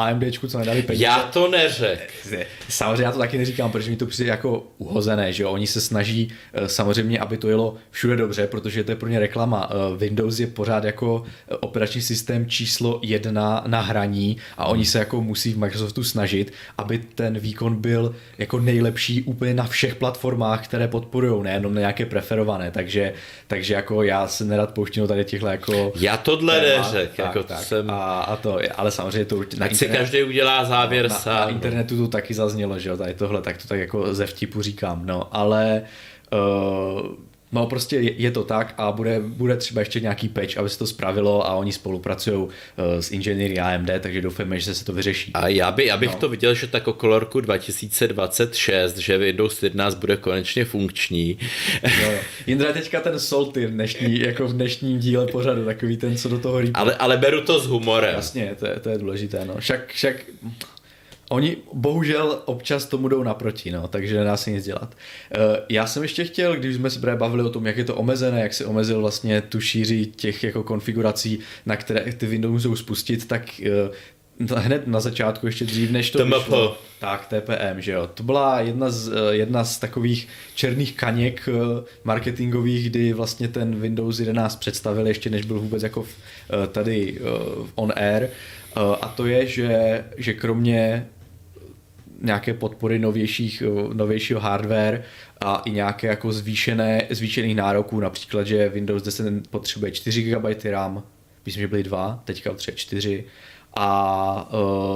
co nedali peníze. Já to neřekl. Samozřejmě já to taky neříkám, protože mi to přijde jako uhozené, že jo? Oni se snaží samozřejmě, aby to jelo všude dobře, protože to je pro ně reklama. Windows je pořád jako operační systém číslo 1 na hraní a oni se jako musí v Microsoftu snažit, aby ten výkon byl jako nejlepší úplně na všech platformách, které podporujou, nejenom na nějaké preferované, takže jako já se nerad pouštím tady těchto jako... Já tohle neřekl, jako tak. Jsem... A to, ale samozřejmě to na si každý udělá závěr sám. Na internetu to taky zaznělo, že jo, tady tohle, tak to tak jako ze vtipu říkám, no, ale no prostě je to tak a bude třeba ještě nějaký patch, aby se to spravilo a oni spolupracují s inženýry AMD, takže doufáme, že se to vyřeší. A já bych to viděl, že tak okolo roku 2026, že Windows 11 bude konečně funkční. Jo. Jindra teďka ten salty v dnešním díle pořadu, takový ten, co do toho rýpá. Ale beru to s humorem. Jasně, to je důležité, no. Však oni bohužel občas tomu jdou naproti, no, takže nedá se nic dělat. Já jsem ještě chtěl, když jsme se bavili o tom, jak je to omezené, jak se omezil vlastně tu šíři těch jako konfigurací, na které ty Windows můžou spustit, tak hned na začátku, ještě dřív než to vyšlo, tak TPM, že jo. To byla jedna z takových černých kaněk marketingových, kdy vlastně ten Windows 11 představili, ještě než byl vůbec jako tady on air. A to je, že kromě nějaké podpory novějšího hardware a i nějaké jako zvýšených nároků, například, že Windows 10 potřebuje 4 GB RAM, myslím, že byly 2, teďka třeba 4 a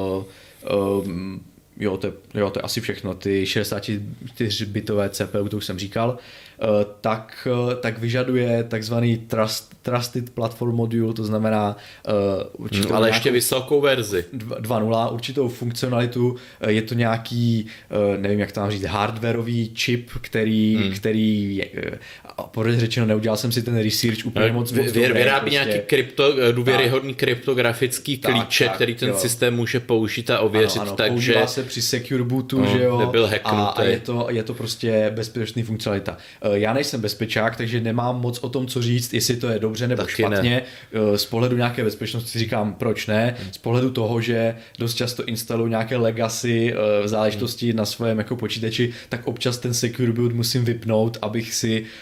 jo, to je asi všechno, ty 64-bitové CPU, to už jsem říkal, tak vyžaduje takzvaný Trusted Platform Module, to znamená určitou ale ještě vysokou verzi. 2.0, určitou funkcionalitu, je to nějaký, nevím jak tam říct, hardwareový čip, který pořád řečeno, neudělal jsem si ten research úplně moc vyrábí nějaký důvěryhodný kryptografický klíče, který ten systém může použít a ověřit, ano, takže... používá se při secure bootu, že jo, a je to prostě bezpečný funkcionalita. Já nejsem bezpečák, takže nemám moc o tom, co říct, jestli to je dobře nebo taky špatně. Ne. Z pohledu nějaké bezpečnosti říkám, proč ne. Z pohledu toho, že dost často instaluju nějaké legacy záležitosti na svém jako počítači, tak občas ten secure boot musím vypnout, abych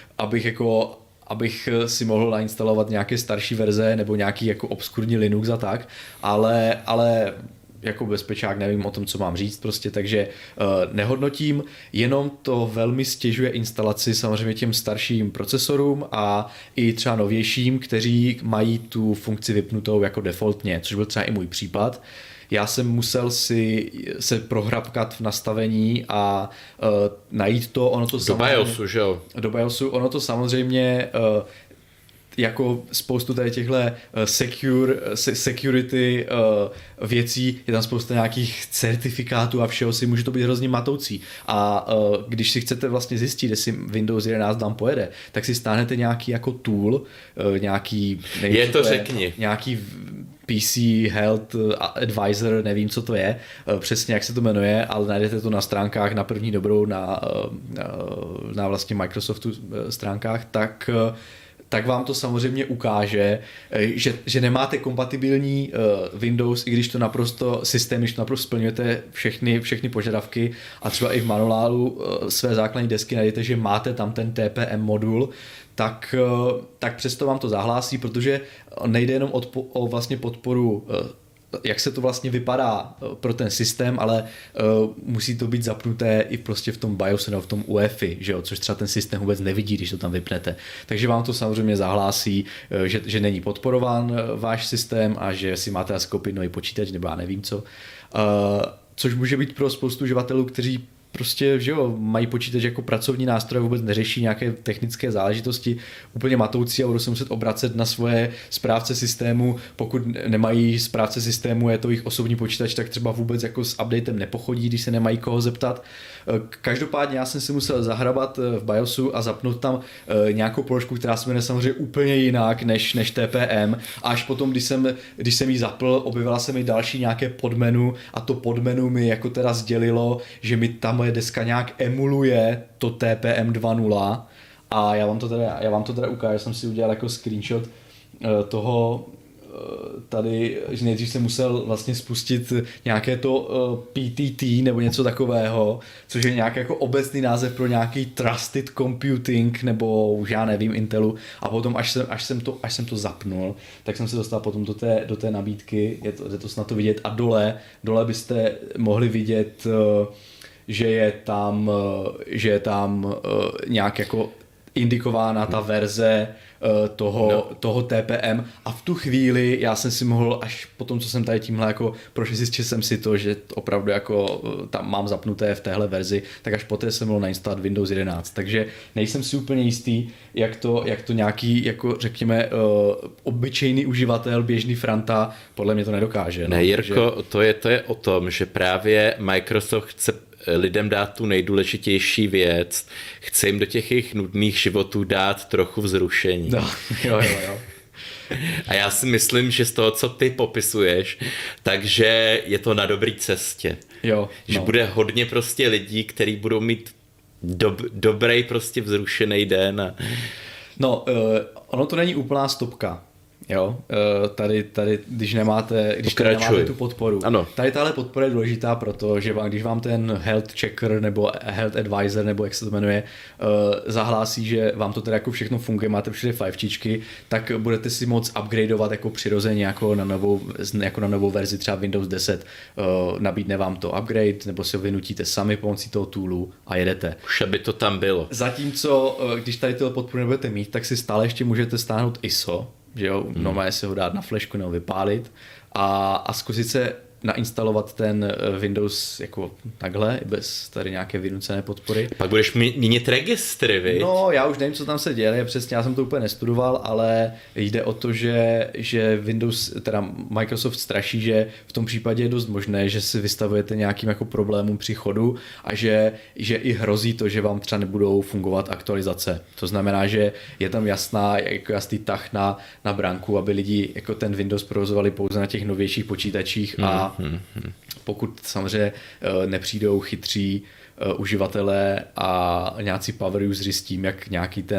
si mohl nainstalovat nějaké starší verze nebo nějaký jako obskurní Linux a tak, ale jako bezpečák nevím o tom, co mám říct prostě, takže nehodnotím, jenom to velmi stěžuje instalaci samozřejmě těm starším procesorům a i třeba novějším, kteří mají tu funkci vypnutou jako defaultně, což byl třeba i můj případ. Já jsem musel si se prohrabkat v nastavení a najít to, ono to do BIOSu, že jo? Do BIOSu, ono to samozřejmě jako spoustu tady těchto security věcí, je tam spousta nějakých certifikátů a všeho, si může to být hrozně matoucí. A když si chcete vlastně zjistit, jestli Windows 11 vám pojede, tak si stáhnete nějaký jako tool, nějaký... řekni. Nějaký PC Health Advisor, nevím, co to je, přesně jak se to jmenuje, ale najdete to na stránkách, na první dobrou, na vlastně Microsoftu stránkách, tak vám to samozřejmě ukáže, že nemáte kompatibilní Windows, i když to naprosto splňujete všechny požadavky a třeba i v manuálu své základní desky najdete, že máte tam ten TPM modul, tak přesto vám to zahlásí, protože nejde jenom o vlastně podporu, jak se to vlastně vypadá pro ten systém, ale musí to být zapnuté i prostě v tom BIOSu nebo v tom UEFI, že jo? Což třeba ten systém vůbec nevidí, když to tam vypnete. Takže vám to samozřejmě zahlásí, že není podporován váš systém a že si máte asi koupit nový počítač nebo já nevím co. Což může být pro spoustu uživatelů, kteří prostě, že jo, mají počítač jako pracovní nástroj, vůbec neřeší nějaké technické záležitosti, úplně matoucí a budou se muset obracet na svoje správce systému. Pokud nemají správce systému, je to jejich osobní počítač, tak třeba vůbec jako s updatem nepochodí, když se nemají koho zeptat. Každopádně já jsem si musel zahrabat v BIOSu a zapnout tam nějakou položku, která se jmenuje samozřejmě úplně jinak než TPM. A až potom, když jsem ji zapl, objevila se mi další nějaké podmenu a to podmenu mi jako teda sdělilo, že mi ta moje deska nějak emuluje to TPM 2.0 a já vám to teda ukážu, jsem si udělal jako screenshot toho tady, že nejdřív jsem musel vlastně spustit nějaké to PTT nebo něco takového, což je nějaký jako obecný název pro nějaký Trusted Computing nebo už já nevím Intelu, a potom až jsem to zapnul, tak jsem se dostal potom do té nabídky, je to snad to vidět, a dole byste mohli vidět, že je tam nějak jako indikována ta verze toho TPM, a v tu chvíli já jsem si mohl, až po tom, co jsem tady tímhle jako prošel, zjistil jsem si to, že opravdu jako tam mám zapnuté v téhle verzi, tak až poté jsem mohl nainstalovat Windows 11, takže nejsem si úplně jistý, jak to nějaký, jako řekněme, obyčejný uživatel, běžný franta, podle mě to nedokáže. Ne, Jirko, takže... to je o tom, že právě Microsoft chce lidem dát tu nejdůležitější věc, chce jim do těch jejich nudných životů dát trochu vzrušení. No, jo. A já si myslím, že z toho, co ty popisuješ, takže je to na dobré cestě. Jo, že bude hodně prostě lidí, kteří budou mít dobrý prostě vzrušený den. No, ono to není úplná stopka. Jo, tady, když nemáte tu podporu. Ano. Tady tahle podpora je důležitá, protože když vám ten health checker nebo health advisor, nebo jak se to jmenuje, zahlásí, že vám to teda jako všechno funguje, máte všude 5G, tak budete si moct upgradeovat jako přirozeně jako na novou verzi, třeba Windows 10. Nabídne vám to upgrade, nebo si ho vynutíte sami pomocí toho toolu a jedete. Už aby to tam bylo. Zatímco, když tady tyhle podporu nebudete mít, tak si stále ještě můžete stáhnout ISO, že jo, normálně se ho dát na flešku nebo vypálit a zkusit se nainstalovat ten Windows jako takhle, bez tady nějaké vynucené podpory. Pak budeš měnit registry, viď? No, já už nevím, co tam se děje, přesně, já jsem to úplně nestudoval, ale jde o to, že Windows, teda Microsoft straší, že v tom případě je dost možné, že si vystavujete nějakým jako problémům při chodu a že i hrozí to, že vám třeba nebudou fungovat aktualizace. To znamená, že je tam jasný tah na branku, aby lidi jako ten Windows provozovali pouze na těch novějších počítačích a pokud samozřejmě nepřijdou chytří uživatelé a nějací power usery s tím, jak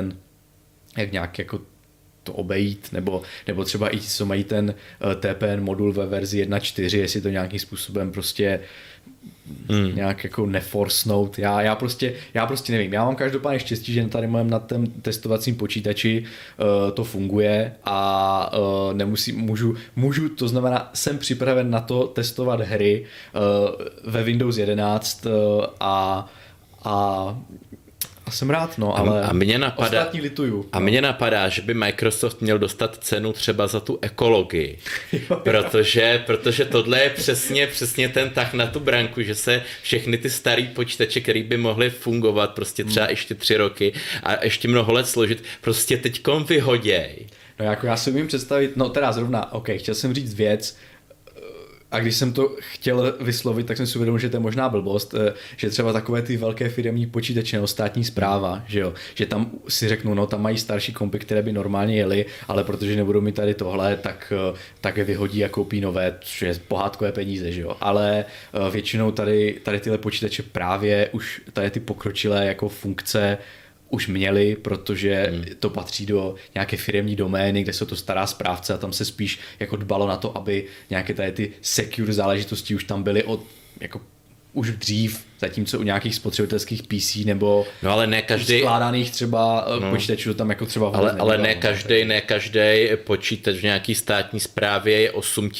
nějak jako to obejít, nebo třeba i co mají ten TPN modul ve verzi 1.4, jestli to nějakým způsobem prostě nějak jako neforsnout. Já prostě nevím. Já mám každopádně štěstí, že tady mám na tom testovacím počítači to funguje a můžu, to znamená, jsem připraven na to testovat hry ve Windows 11 a jsem rád, no, ale ostatní lituju. A mně napadá, že by Microsoft měl dostat cenu třeba za tu ekologii. Protože tohle je přesně ten tah na tu branku, že se všechny ty starý počítače, který by mohly fungovat prostě třeba ještě 3 roky a ještě mnoho let složit, prostě teďkom vyhoděj. No jako já si umím představit, no teda zrovna, chtěl jsem říct věc, a když jsem to chtěl vyslovit, tak jsem si uvědomil, že to je možná blbost, že třeba takové ty velké firemní počítače nebo státní správa, že jo, že tam si řeknou, no tam mají starší kompy, které by normálně jeli, ale protože nebudou mít tady tohle, tak je vyhodí a koupí nové, což je pohádkové peníze, že jo. Ale většinou tady tyhle počítače právě už tady ty pokročilé jako funkce už měli, protože to patří do nějaké firemní domény, kde se to stará správce a tam se spíš jako dbalo na to, aby nějaké tady ty secure záležitosti už tam byly jako už dřív, zatímco u nějakých spotřebitelských PC nebo ale ne každý skládaných třeba počítačů tam jako třeba ale ne každý počítač v nějaký státní správě je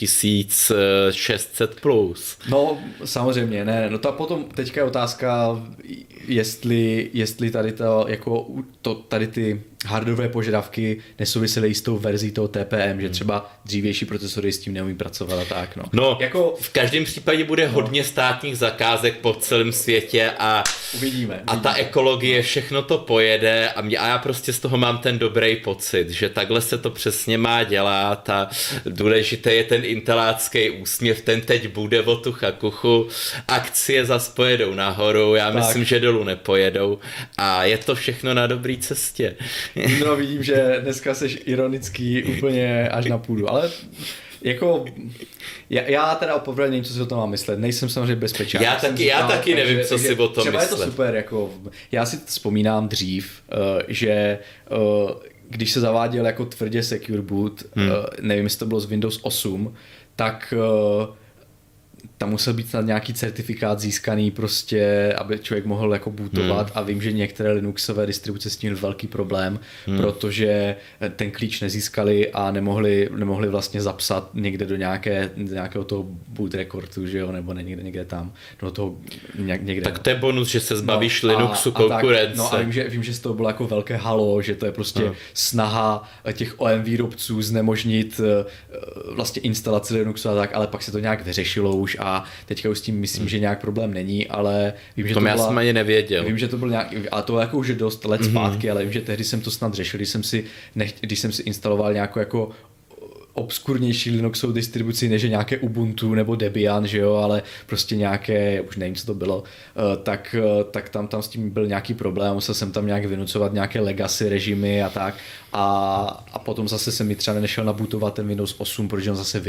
8600 plus. No samozřejmě, ne. No to potom teďka je otázka, jestli tady tady ty hardwareové požadavky nesouvisely s tou verzí toho TPM, že třeba dřívější procesory s tím neumí pracovat a tak. No jako v každém případě bude hodně státních zakázek po celém světě a uvidíme. A ta ekologie, všechno to pojede a já prostě z toho mám ten dobrý pocit, že takhle se to přesně má dělat a důležité je ten intelácký úsměv, ten teď bude o tu chakuchu, akcie zas pojedou nahoru, já myslím, že dolů nepojedou a je to všechno na dobré cestě. No vidím, že dneska seš ironický úplně až na půdu, ale jako já teda opravdu nevím, co si o tom mám myslet, nejsem samozřejmě bezpečný. Já taky nevím, co si o tom třeba myslet. Je to super, jako já si vzpomínám dřív, že když se zaváděl jako tvrdě Secure Boot, nevím, jestli to bylo z Windows 8, tak tam musel být snad nějaký certifikát získaný prostě, aby člověk mohl jako bootovat a vím, že některé Linuxové distribuce s tím měly velký problém, protože ten klíč nezískali a nemohli vlastně zapsat někde do nějakého toho boot recordu, že jo, nebo někde tam, do toho někde. Tak to je bonus, že se zbavíš Linuxu konkurence. No a vím, že z toho bylo jako velké halo, že to je prostě snaha těch OEM výrobců znemožnit vlastně instalaci Linuxu a tak, ale pak se to nějak vyřešilo už a teďka už s tím myslím, že nějak problém není, ale vím, že já jsem ani nevěděl. Vím, že to byl nějak, a to jako už je dost let zpátky, ale vím, že tehdy jsem to snad řešil, když jsem si instaloval nějakou jako obskurnější Linuxovou distribuci, než nějaké Ubuntu nebo Debian, že jo, ale prostě nějaké, už nevím, co to bylo, tak tam s tím byl nějaký problém, musel jsem tam nějak vynucovat nějaké legacy režimy a tak a potom zase se mi třeba nešel nabootovat ten Windows 8, protože on zase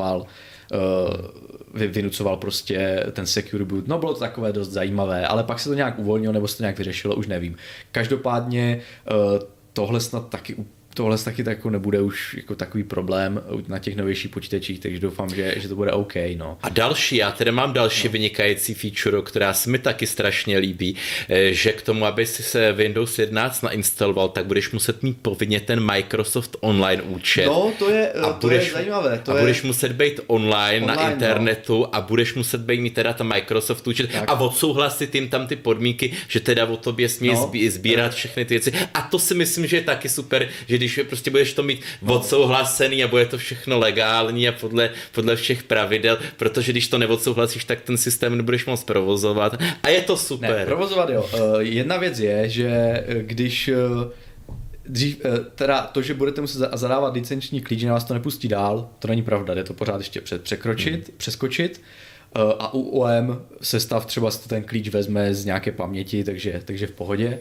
vynucoval prostě ten Secure Boot. No bylo to takové dost zajímavé, ale pak se to nějak uvolnilo nebo se to nějak vyřešilo, už nevím. Každopádně tohle taky jako nebude už jako takový problém na těch novějších počítačích, takže doufám, že to bude OK. No. A já tedy mám další vynikající feature, která se mi taky strašně líbí, že k tomu, aby si se Windows 11 nainstaloval, tak budeš muset mít povinně ten Microsoft Online účet. No, to je zajímavé. Budeš muset být online na internetu a budeš muset mít teda ta Microsoft účet a odsouhlasit jim tam ty podmínky, že teda o tobě smějí sbírat všechny ty věci. A to si myslím, že je taky super, že když prostě budeš to mít odsouhlasený a bude to všechno legální a podle všech pravidel, protože když to neodsouhlasíš, tak ten systém nebudeš moc provozovat a je to super. Ne, provozovat jo. Jedna věc je, že když dřív, teda to, že budete muset zadávat licenční klíč, že vás to nepustí dál, to není pravda, jde to pořád ještě přeskočit. A u OEM sestav třeba si ten klíč vezme z nějaké paměti, takže v pohodě.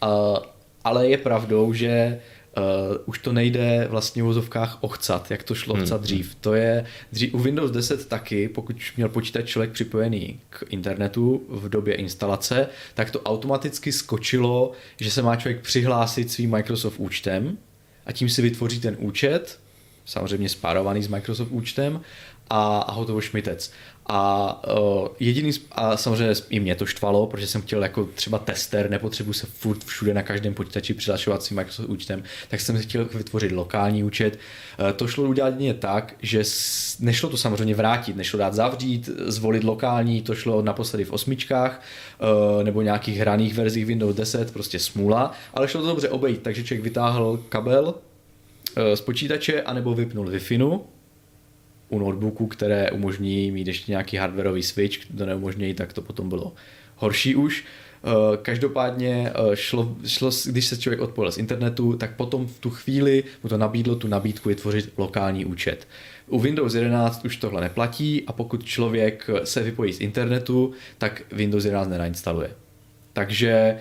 Ale je pravdou, že už to nejde vlastně v vozovkách ochcat, jak to šlo ochcat dřív. To je u Windows 10 taky, pokud měl počítač člověk připojený k internetu v době instalace, tak to automaticky skočilo, že se má člověk přihlásit svým Microsoft účtem a tím si vytvoří ten účet, samozřejmě spárovaný s Microsoft účtem a hotovo šmitec. A samozřejmě i mě to štvalo, protože jsem chtěl jako třeba tester, nepotřebuji se furt všude na každém počítači přihlašovat svým Microsoft účtem, tak jsem chtěl vytvořit lokální účet. To šlo udělat jedině tak, že nešlo to samozřejmě vrátit, nešlo dát zavřít, zvolit lokální, to šlo naposledy v 8 nebo nějakých hraných verzích Windows 10, prostě smůla, ale šlo to dobře obejít, takže člověk vytáhl kabel z počítače anebo vypnul Wi-Fi u notebooku, které umožní mít ještě nějaký hardwareový switch, to neumožňují, tak to potom bylo horší už. Každopádně šlo, když se člověk odpojil z internetu, tak potom v tu chvíli mu to nabídlo tu nabídku vytvořit lokální účet. U Windows 11 už tohle neplatí a pokud člověk se vypojí z internetu, tak Windows 11 nenainstaluje. Takže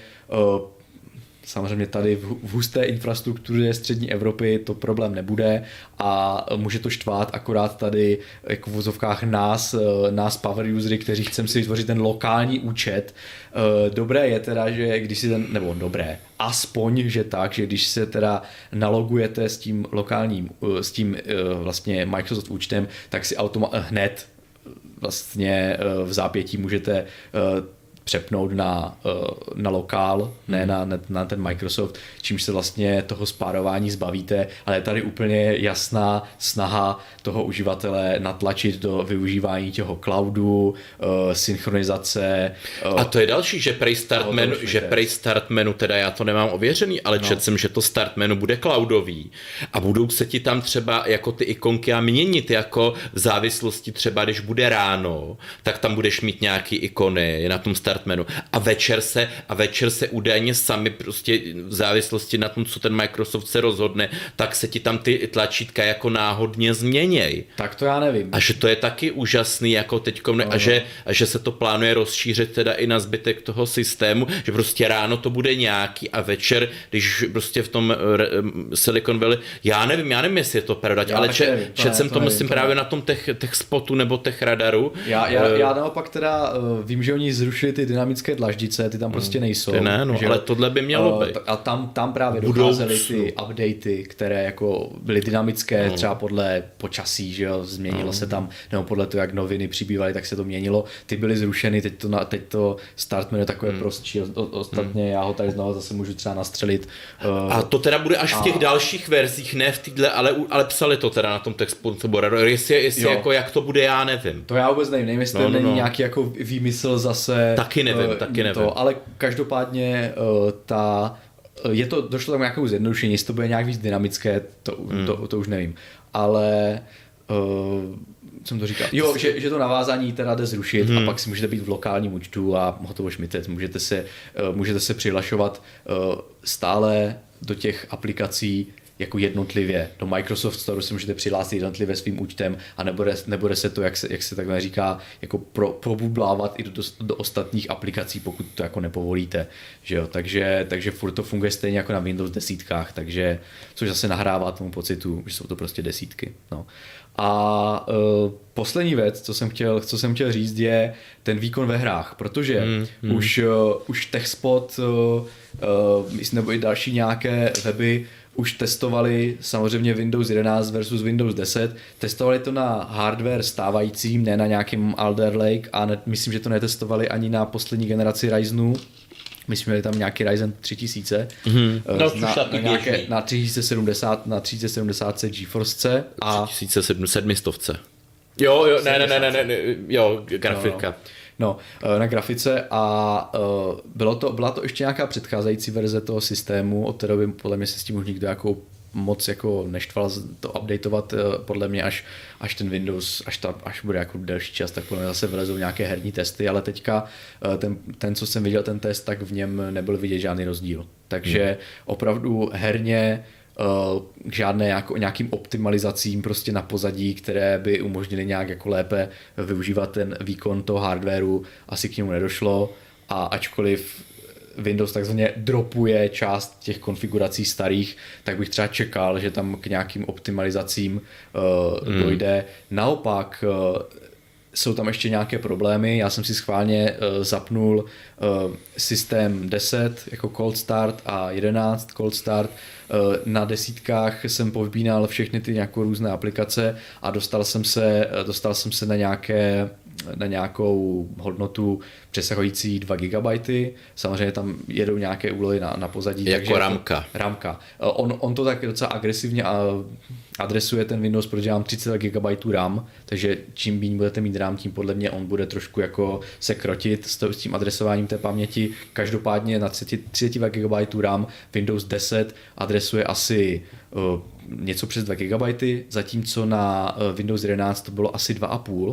samozřejmě tady v husté infrastruktuře střední Evropy to problém nebude a může to štvát akorát tady jako v vozovkách nás power usery, kteří chceme si vytvořit ten lokální účet. Dobré je teda, že když si aspoň, že tak, že když se teda nalogujete s tím lokálním, s tím vlastně Microsoft účtem, tak si hned vlastně v zápětí můžete přepnout na lokál, ne na ten Microsoft, čímž se vlastně toho spárování zbavíte, ale je tady úplně jasná snaha toho uživatele natlačit do využívání toho cloudu, synchronizace. A to je další, že prej start menu, teda já to nemám ověřený, ale četl jsem, že to start menu bude cloudový a budou se ti tam třeba jako ty ikonky a měnit, jako v závislosti třeba, když bude ráno, tak tam budeš mít nějaký ikony na tom start menu a večer se údajně sami prostě v závislosti na tom, co ten Microsoft se rozhodne, tak se ti tam ty tlačítka jako náhodně změněj. Tak to já nevím. A že to je taky úžasný jako teďkom, a že se to plánuje rozšířit teda i na zbytek toho systému, že prostě ráno to bude nějaký a večer, když prostě v tom Silicon Valley, já nevím, jestli je to pravda, ale čet jsem to myslím právě na tom tech spotu nebo tech radaru. Já naopak teda vím, že oni zrušili ty dynamické dlaždice, ty tam prostě nejsou. Ty ne, no, ale tohle by mělo být. A tam právě docházely ty updaty, které jako byly dynamické, třeba podle počasí, že jo, změnilo se tam, nebo podle toho, jak noviny přibývaly, tak se to měnilo. Ty byly zrušeny, teď to start menu takové prostší, ostatně já ho tady znovu zase můžu třeba nastřelit. A to teda bude až v těch dalších verzích, ne v týhle, ale psali to teda na tom textu, jestli jako jak to bude, já nevím. To já vůbec nevím, jestli to není nějaký jako výmysl zase. Taky nevím. Ale každopádně došlo tam nějakou zjednodušení, jestli to bude nějak víc dynamické, to už nevím. Ale co jsem to říkal? Jo, že to navázání teda jde zrušit a pak si můžete být v lokálním účtu a hotovo šmitec. Můžete se přihlašovat stále do těch aplikací jako jednotlivě. Do Microsoft Store se můžete přihlásit jednotlivě svým účtem a nebude se to, jak se takhle říká, jako probublávat i do ostatních aplikací, pokud to jako nepovolíte. Že jo? Takže furt to funguje stejně jako na Windows 10, takže, což zase nahrává tomu pocitu, že jsou to prostě desítky. No. A poslední věc, co jsem chtěl říct, je ten výkon ve hrách, protože už TechSpot nebo i další nějaké weby už testovali samozřejmě Windows 11 versus Windows 10, testovali to na hardware stávajícím, ne na nějakým Alder Lake a myslím, že to netestovali ani na poslední generaci Ryzenů. My jsme měli tam nějaký Ryzen 3000 na 3070 GeForce a 3700. Jo, grafika. No, na grafice a byla to ještě nějaká předcházející verze toho systému, od té doby podle mě se s tím už nikdo jako moc jako neštval to updateovat, podle mě až ten Windows, až bude jako delší čas, tak podle mě zase vylezou nějaké herní testy, ale teďka ten, co jsem viděl, ten test, tak v něm nebyl vidět žádný rozdíl. Takže opravdu herně k nějakým optimalizacím prostě na pozadí, které by umožnily nějak jako lépe využívat ten výkon toho hardwareu, asi k němu nedošlo a ačkoliv Windows takzvaně dropuje část těch konfigurací starých, tak bych třeba čekal, že tam k nějakým optimalizacím dojde. Naopak jsou tam ještě nějaké problémy. Já jsem si schválně zapnul systém 10 jako Cold Start a 11 Cold Start. Na desítkách jsem povybínal všechny ty nějakou různé aplikace a dostal jsem se na nějakou hodnotu přesahující 2 GB. Samozřejmě tam jedou nějaké úlohy na pozadí. Jako ramka. On to tak docela agresivně adresuje ten Windows, protože mám 30 GB RAM, takže čím méně budete mít RAM, tím podle mě on bude trošku jako se krotit s tím adresováním té paměti. Každopádně na 32 GB RAM Windows 10 adresuje asi něco přes 2 GB, zatímco na Windows 11 to bylo asi 2,5.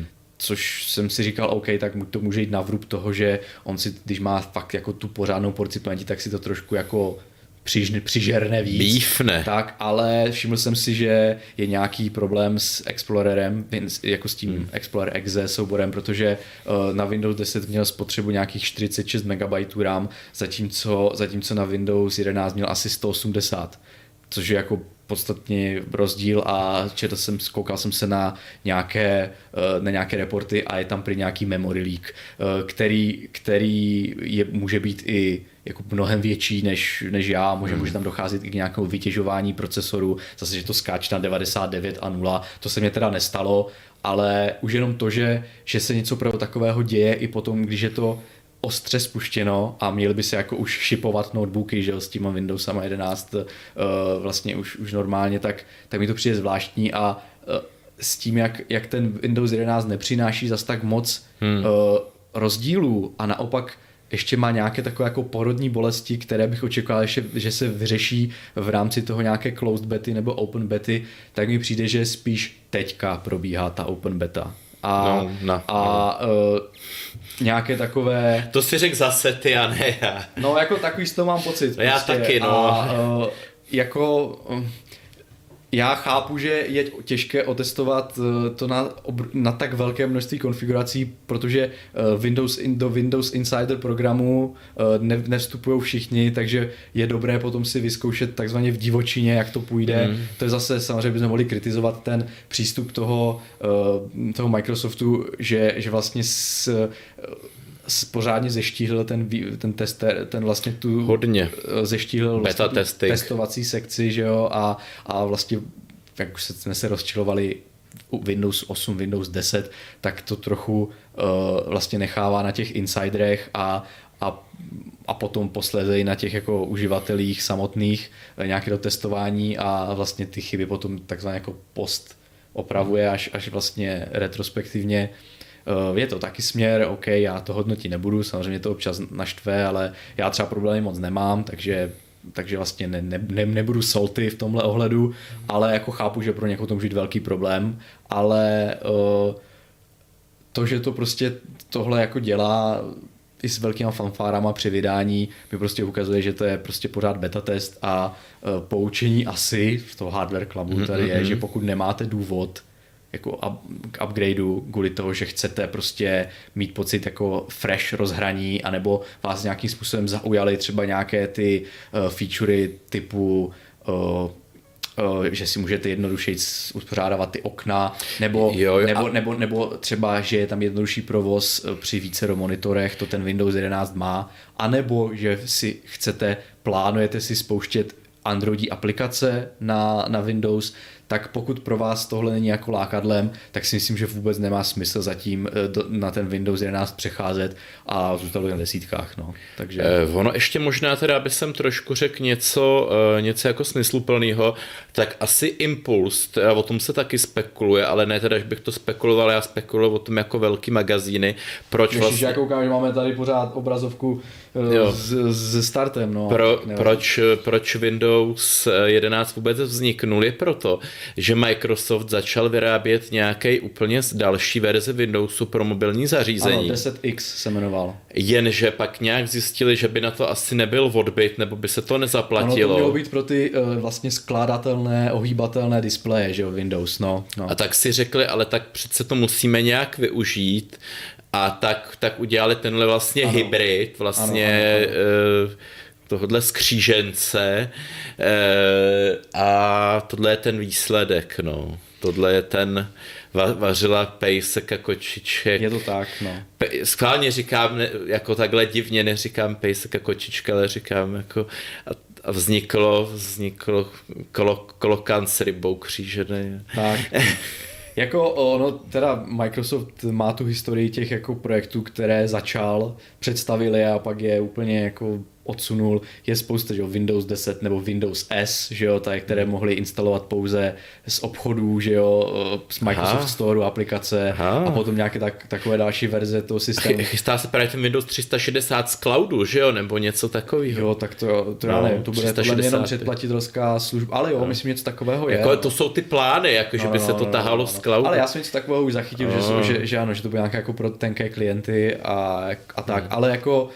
Což jsem si říkal, OK, tak to může jít na vrub toho, že on si, když má fakt jako tu pořádnou porci paměti, tak si to trošku jako přižerne víc. Bífne. Tak, ale všiml jsem si, že je nějaký problém s Explorerem, jako s tím Explorer Exe souborem, protože na Windows 10 měl spotřebu nějakých 46 MB RAM, zatímco na Windows 11 měl asi 180, což je jako podstatně rozdíl a koukal jsem se na nějaké reporty a je tam prý nějaký memory leak, který může být i jako mnohem větší než já, může tam docházet i k nějakému vytěžování procesoru, zase, že to skáče na 99 a 0, to se mě teda nestalo, ale už jenom to, že se něco takového děje i potom, když je to ostře spuštěno a měli by se jako už shipovat notebooky, že jo, s tím Windowsama 11 vlastně už normálně, tak mi to přijde zvláštní a s tím, jak ten Windows 11 nepřináší zas tak moc rozdílů a naopak ještě má nějaké takové jako porodní bolesti, které bych očekával, že se vyřeší v rámci toho nějaké closed bety nebo open bety, tak mi přijde, že spíš teďka probíhá ta open beta. Nějaké takové... To si řekl zase ty a ne já. No jako takový z toho mám pocit. Já prostě. Taky, no. Já chápu, že je těžké otestovat to na tak velké množství konfigurací, protože do Windows Insider programu nevstupují všichni, takže je dobré potom si vyzkoušet takzvaně v divočině, jak to půjde. To je zase, samozřejmě bychom mohli kritizovat ten přístup toho Microsoftu, že vlastně pořádně zeštíhlil ten tester, ten vlastně tu hodně zeštíhlil beta vlastně testovací sekci, že jo, a vlastně jak už jsme se rozčilovali Windows 8, Windows 10, tak to trochu vlastně nechává na těch insiderech a potom posléze i na těch jako uživatelích samotných nějaké dotestování a vlastně ty chyby potom takzvaně jako post opravuje až vlastně retrospektivně. Je to taky směr, OK, já to hodnotit nebudu, samozřejmě to občas naštve, ale já třeba problémy moc nemám, takže vlastně nebudu salty v tomhle ohledu, ale jako chápu, že pro někoho to může být velký problém, ale to, že to prostě tohle jako dělá i s velkýma fanfárama při vydání, mi prostě ukazuje, že to je prostě pořád beta test a poučení asi v toho Hardware Clubu tady je, že pokud nemáte důvod jako k upgradeu kvůli toho, že chcete prostě mít pocit jako fresh rozhraní, anebo vás nějakým způsobem zaujaly třeba nějaké ty featurey typu že si můžete jednodušeji uspořádávat ty okna, nebo třeba, že je tam jednodušší provoz při vícero monitorech, to ten Windows 11 má, anebo že si plánujete si spouštět Androidí aplikace na Windows, tak pokud pro vás tohle není jako lákadlem, tak si myslím, že vůbec nemá smysl zatím na ten Windows 11 přecházet a zůstalo na desítkách. No. Takže... Ono ještě možná teda, aby jsem trošku řekl něco jako smysluplného, tak asi Impuls, o tom se taky spekuluje, ale ne teda, že bych to spekuloval, já spekuluji o tom jako velký magazíny. Proč Ježiš, vlastně... já koukám, že máme tady pořád obrazovku se startem. No. Proč Windows 11 vůbec vzniknul, je proto, že Microsoft začal vyrábět nějaký úplně další verze Windowsu pro mobilní zařízení. Ano, 10X se jmenoval. Jenže pak nějak zjistili, že by na to asi nebyl odbyt, nebo by se to nezaplatilo. Ano, to mělo být pro ty vlastně skládatelné, ohýbatelné displeje, že jo, Windows, no. A tak si řekli, ale tak přece to musíme nějak využít. A tak udělali tenhle vlastně hybrid, vlastně tohle skřížence a tohle je ten výsledek, no. Tohle je ten vařila pejsek a kočiček. Je to tak, no. Schválně říkám, jako takhle divně neříkám pejsek a kočička, ale říkám jako a vzniklo kolokan s rybou křížený. Tak. Jako ono, teda Microsoft má tu historii těch jako projektů, které začal, představili a pak je úplně jako odsunul. Je spousta, že jo, Windows 10 nebo Windows S, že jo, které mohli instalovat pouze z obchodů, že jo, z Microsoft Storeu aplikace a potom nějaké takové další verze toho systému. Chystá se právě ten Windows 360 z cloudu, že jo, nebo něco takového. Jo, tak to já nevím, to bude tohle jenom předplatitelská služba, ale jo, myslím, něco takového je. Jako to jsou ty plány, jako že by se to tahalo z cloudu. Ale já jsem něco takového už zachytil, že ano, že to bude nějaké jako pro tenké klienty a tak, ale jako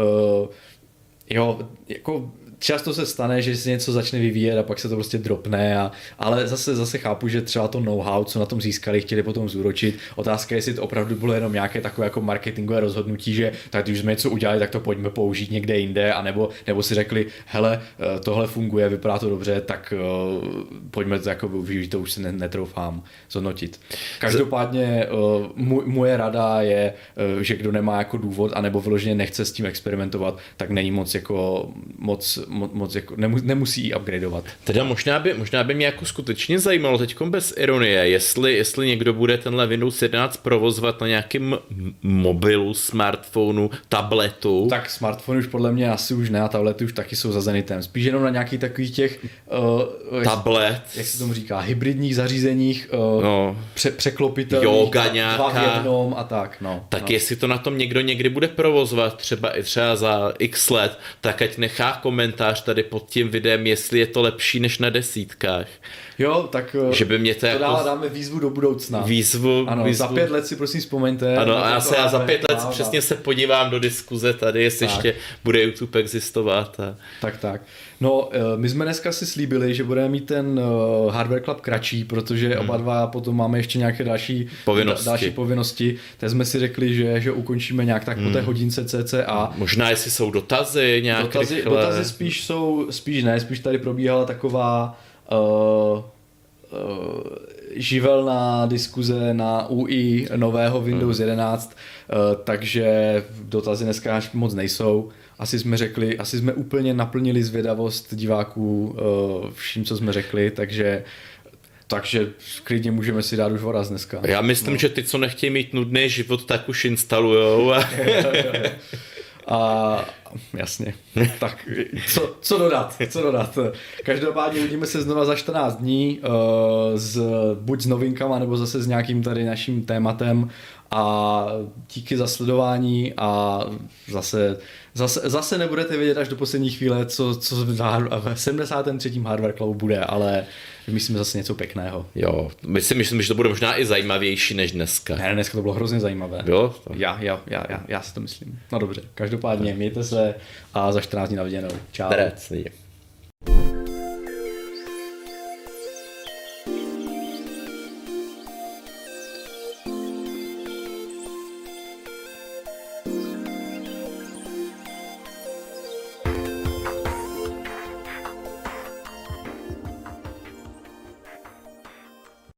jo, jako často se stane, že se něco začne vyvíjet a pak se to prostě dropne, ale zase chápu, že třeba to know-how, co na tom získali, chtěli potom zúročit. Otázka je, jestli to opravdu bylo jenom nějaké takové jako marketingové rozhodnutí, že tak když jsme něco udělali, tak to pojďme použít někde jinde, nebo si řekli, hele, tohle funguje, vypadá to dobře, tak pojďme to jako využít, to už se netroufám zhodnotit. Každopádně moje rada je, že kdo nemá jako důvod, anebo vyloženě nechce s tím experimentovat, tak není moc jako nemusí ji upgradeovat. Teda možná by mě jako skutečně zajímalo teďkom bez ironie, jestli někdo bude tenhle Windows 11 provozovat na nějakém mobilu, smartphonu, tabletu. Tak smartphony už podle mě asi už ne, a tablety už taky jsou za Zenitem. Spíš jenom na nějakých takových těch tablet. Jak se tomu říká, hybridních zařízeních, překlopitelných, yoga nějaká. Dva v jednom a tak. Tak jestli to na tom někdo někdy bude provozovat, třeba za x let, tak ať nechá komentář tady pod tím videem, jestli je to lepší než na desítkách. Jo, tak že by mě to jako... dáme výzvu do budoucna. Výzvu. Za 5 let si prosím vzpomeňte. Ano, a já za 5 let přesně se podívám do diskuze tady, jestli ještě bude YouTube existovat. Tak. No, my jsme dneska si slíbili, že budeme mít ten Hardware Club kratší, protože oba dva potom máme ještě nějaké další povinnosti. Tak jsme si řekli, že ukončíme nějak tak po té hodince cca. Možná jestli jsou dotazy nějak rychle. Dotazy spíš tady probíhala taková živelná diskuze na UI nového Windows 11, takže dotazy dneska až moc nejsou. Asi jsme úplně naplnili zvědavost diváků vším, co jsme řekli, takže klidně můžeme si dát už voraz dneska. Já myslím, že ty, co nechtějí mít nudný život, tak už instalujou. A jasně. Tak co dodat? Každopádně uvidíme se znova za 14 dní, buď s novinkama, nebo zase s nějakým tady naším tématem. A díky za sledování a zase nebudete vědět až do poslední chvíle, co v 73. Hardware Clubu bude, ale myslím zase něco pěkného. Jo, myslím, že to bude možná i zajímavější než dneska. Ne, dneska to bylo hrozně zajímavé. Jo? Já si to myslím. No dobře, každopádně mějte se a za 14 dní na viděnou. Čau. Trec.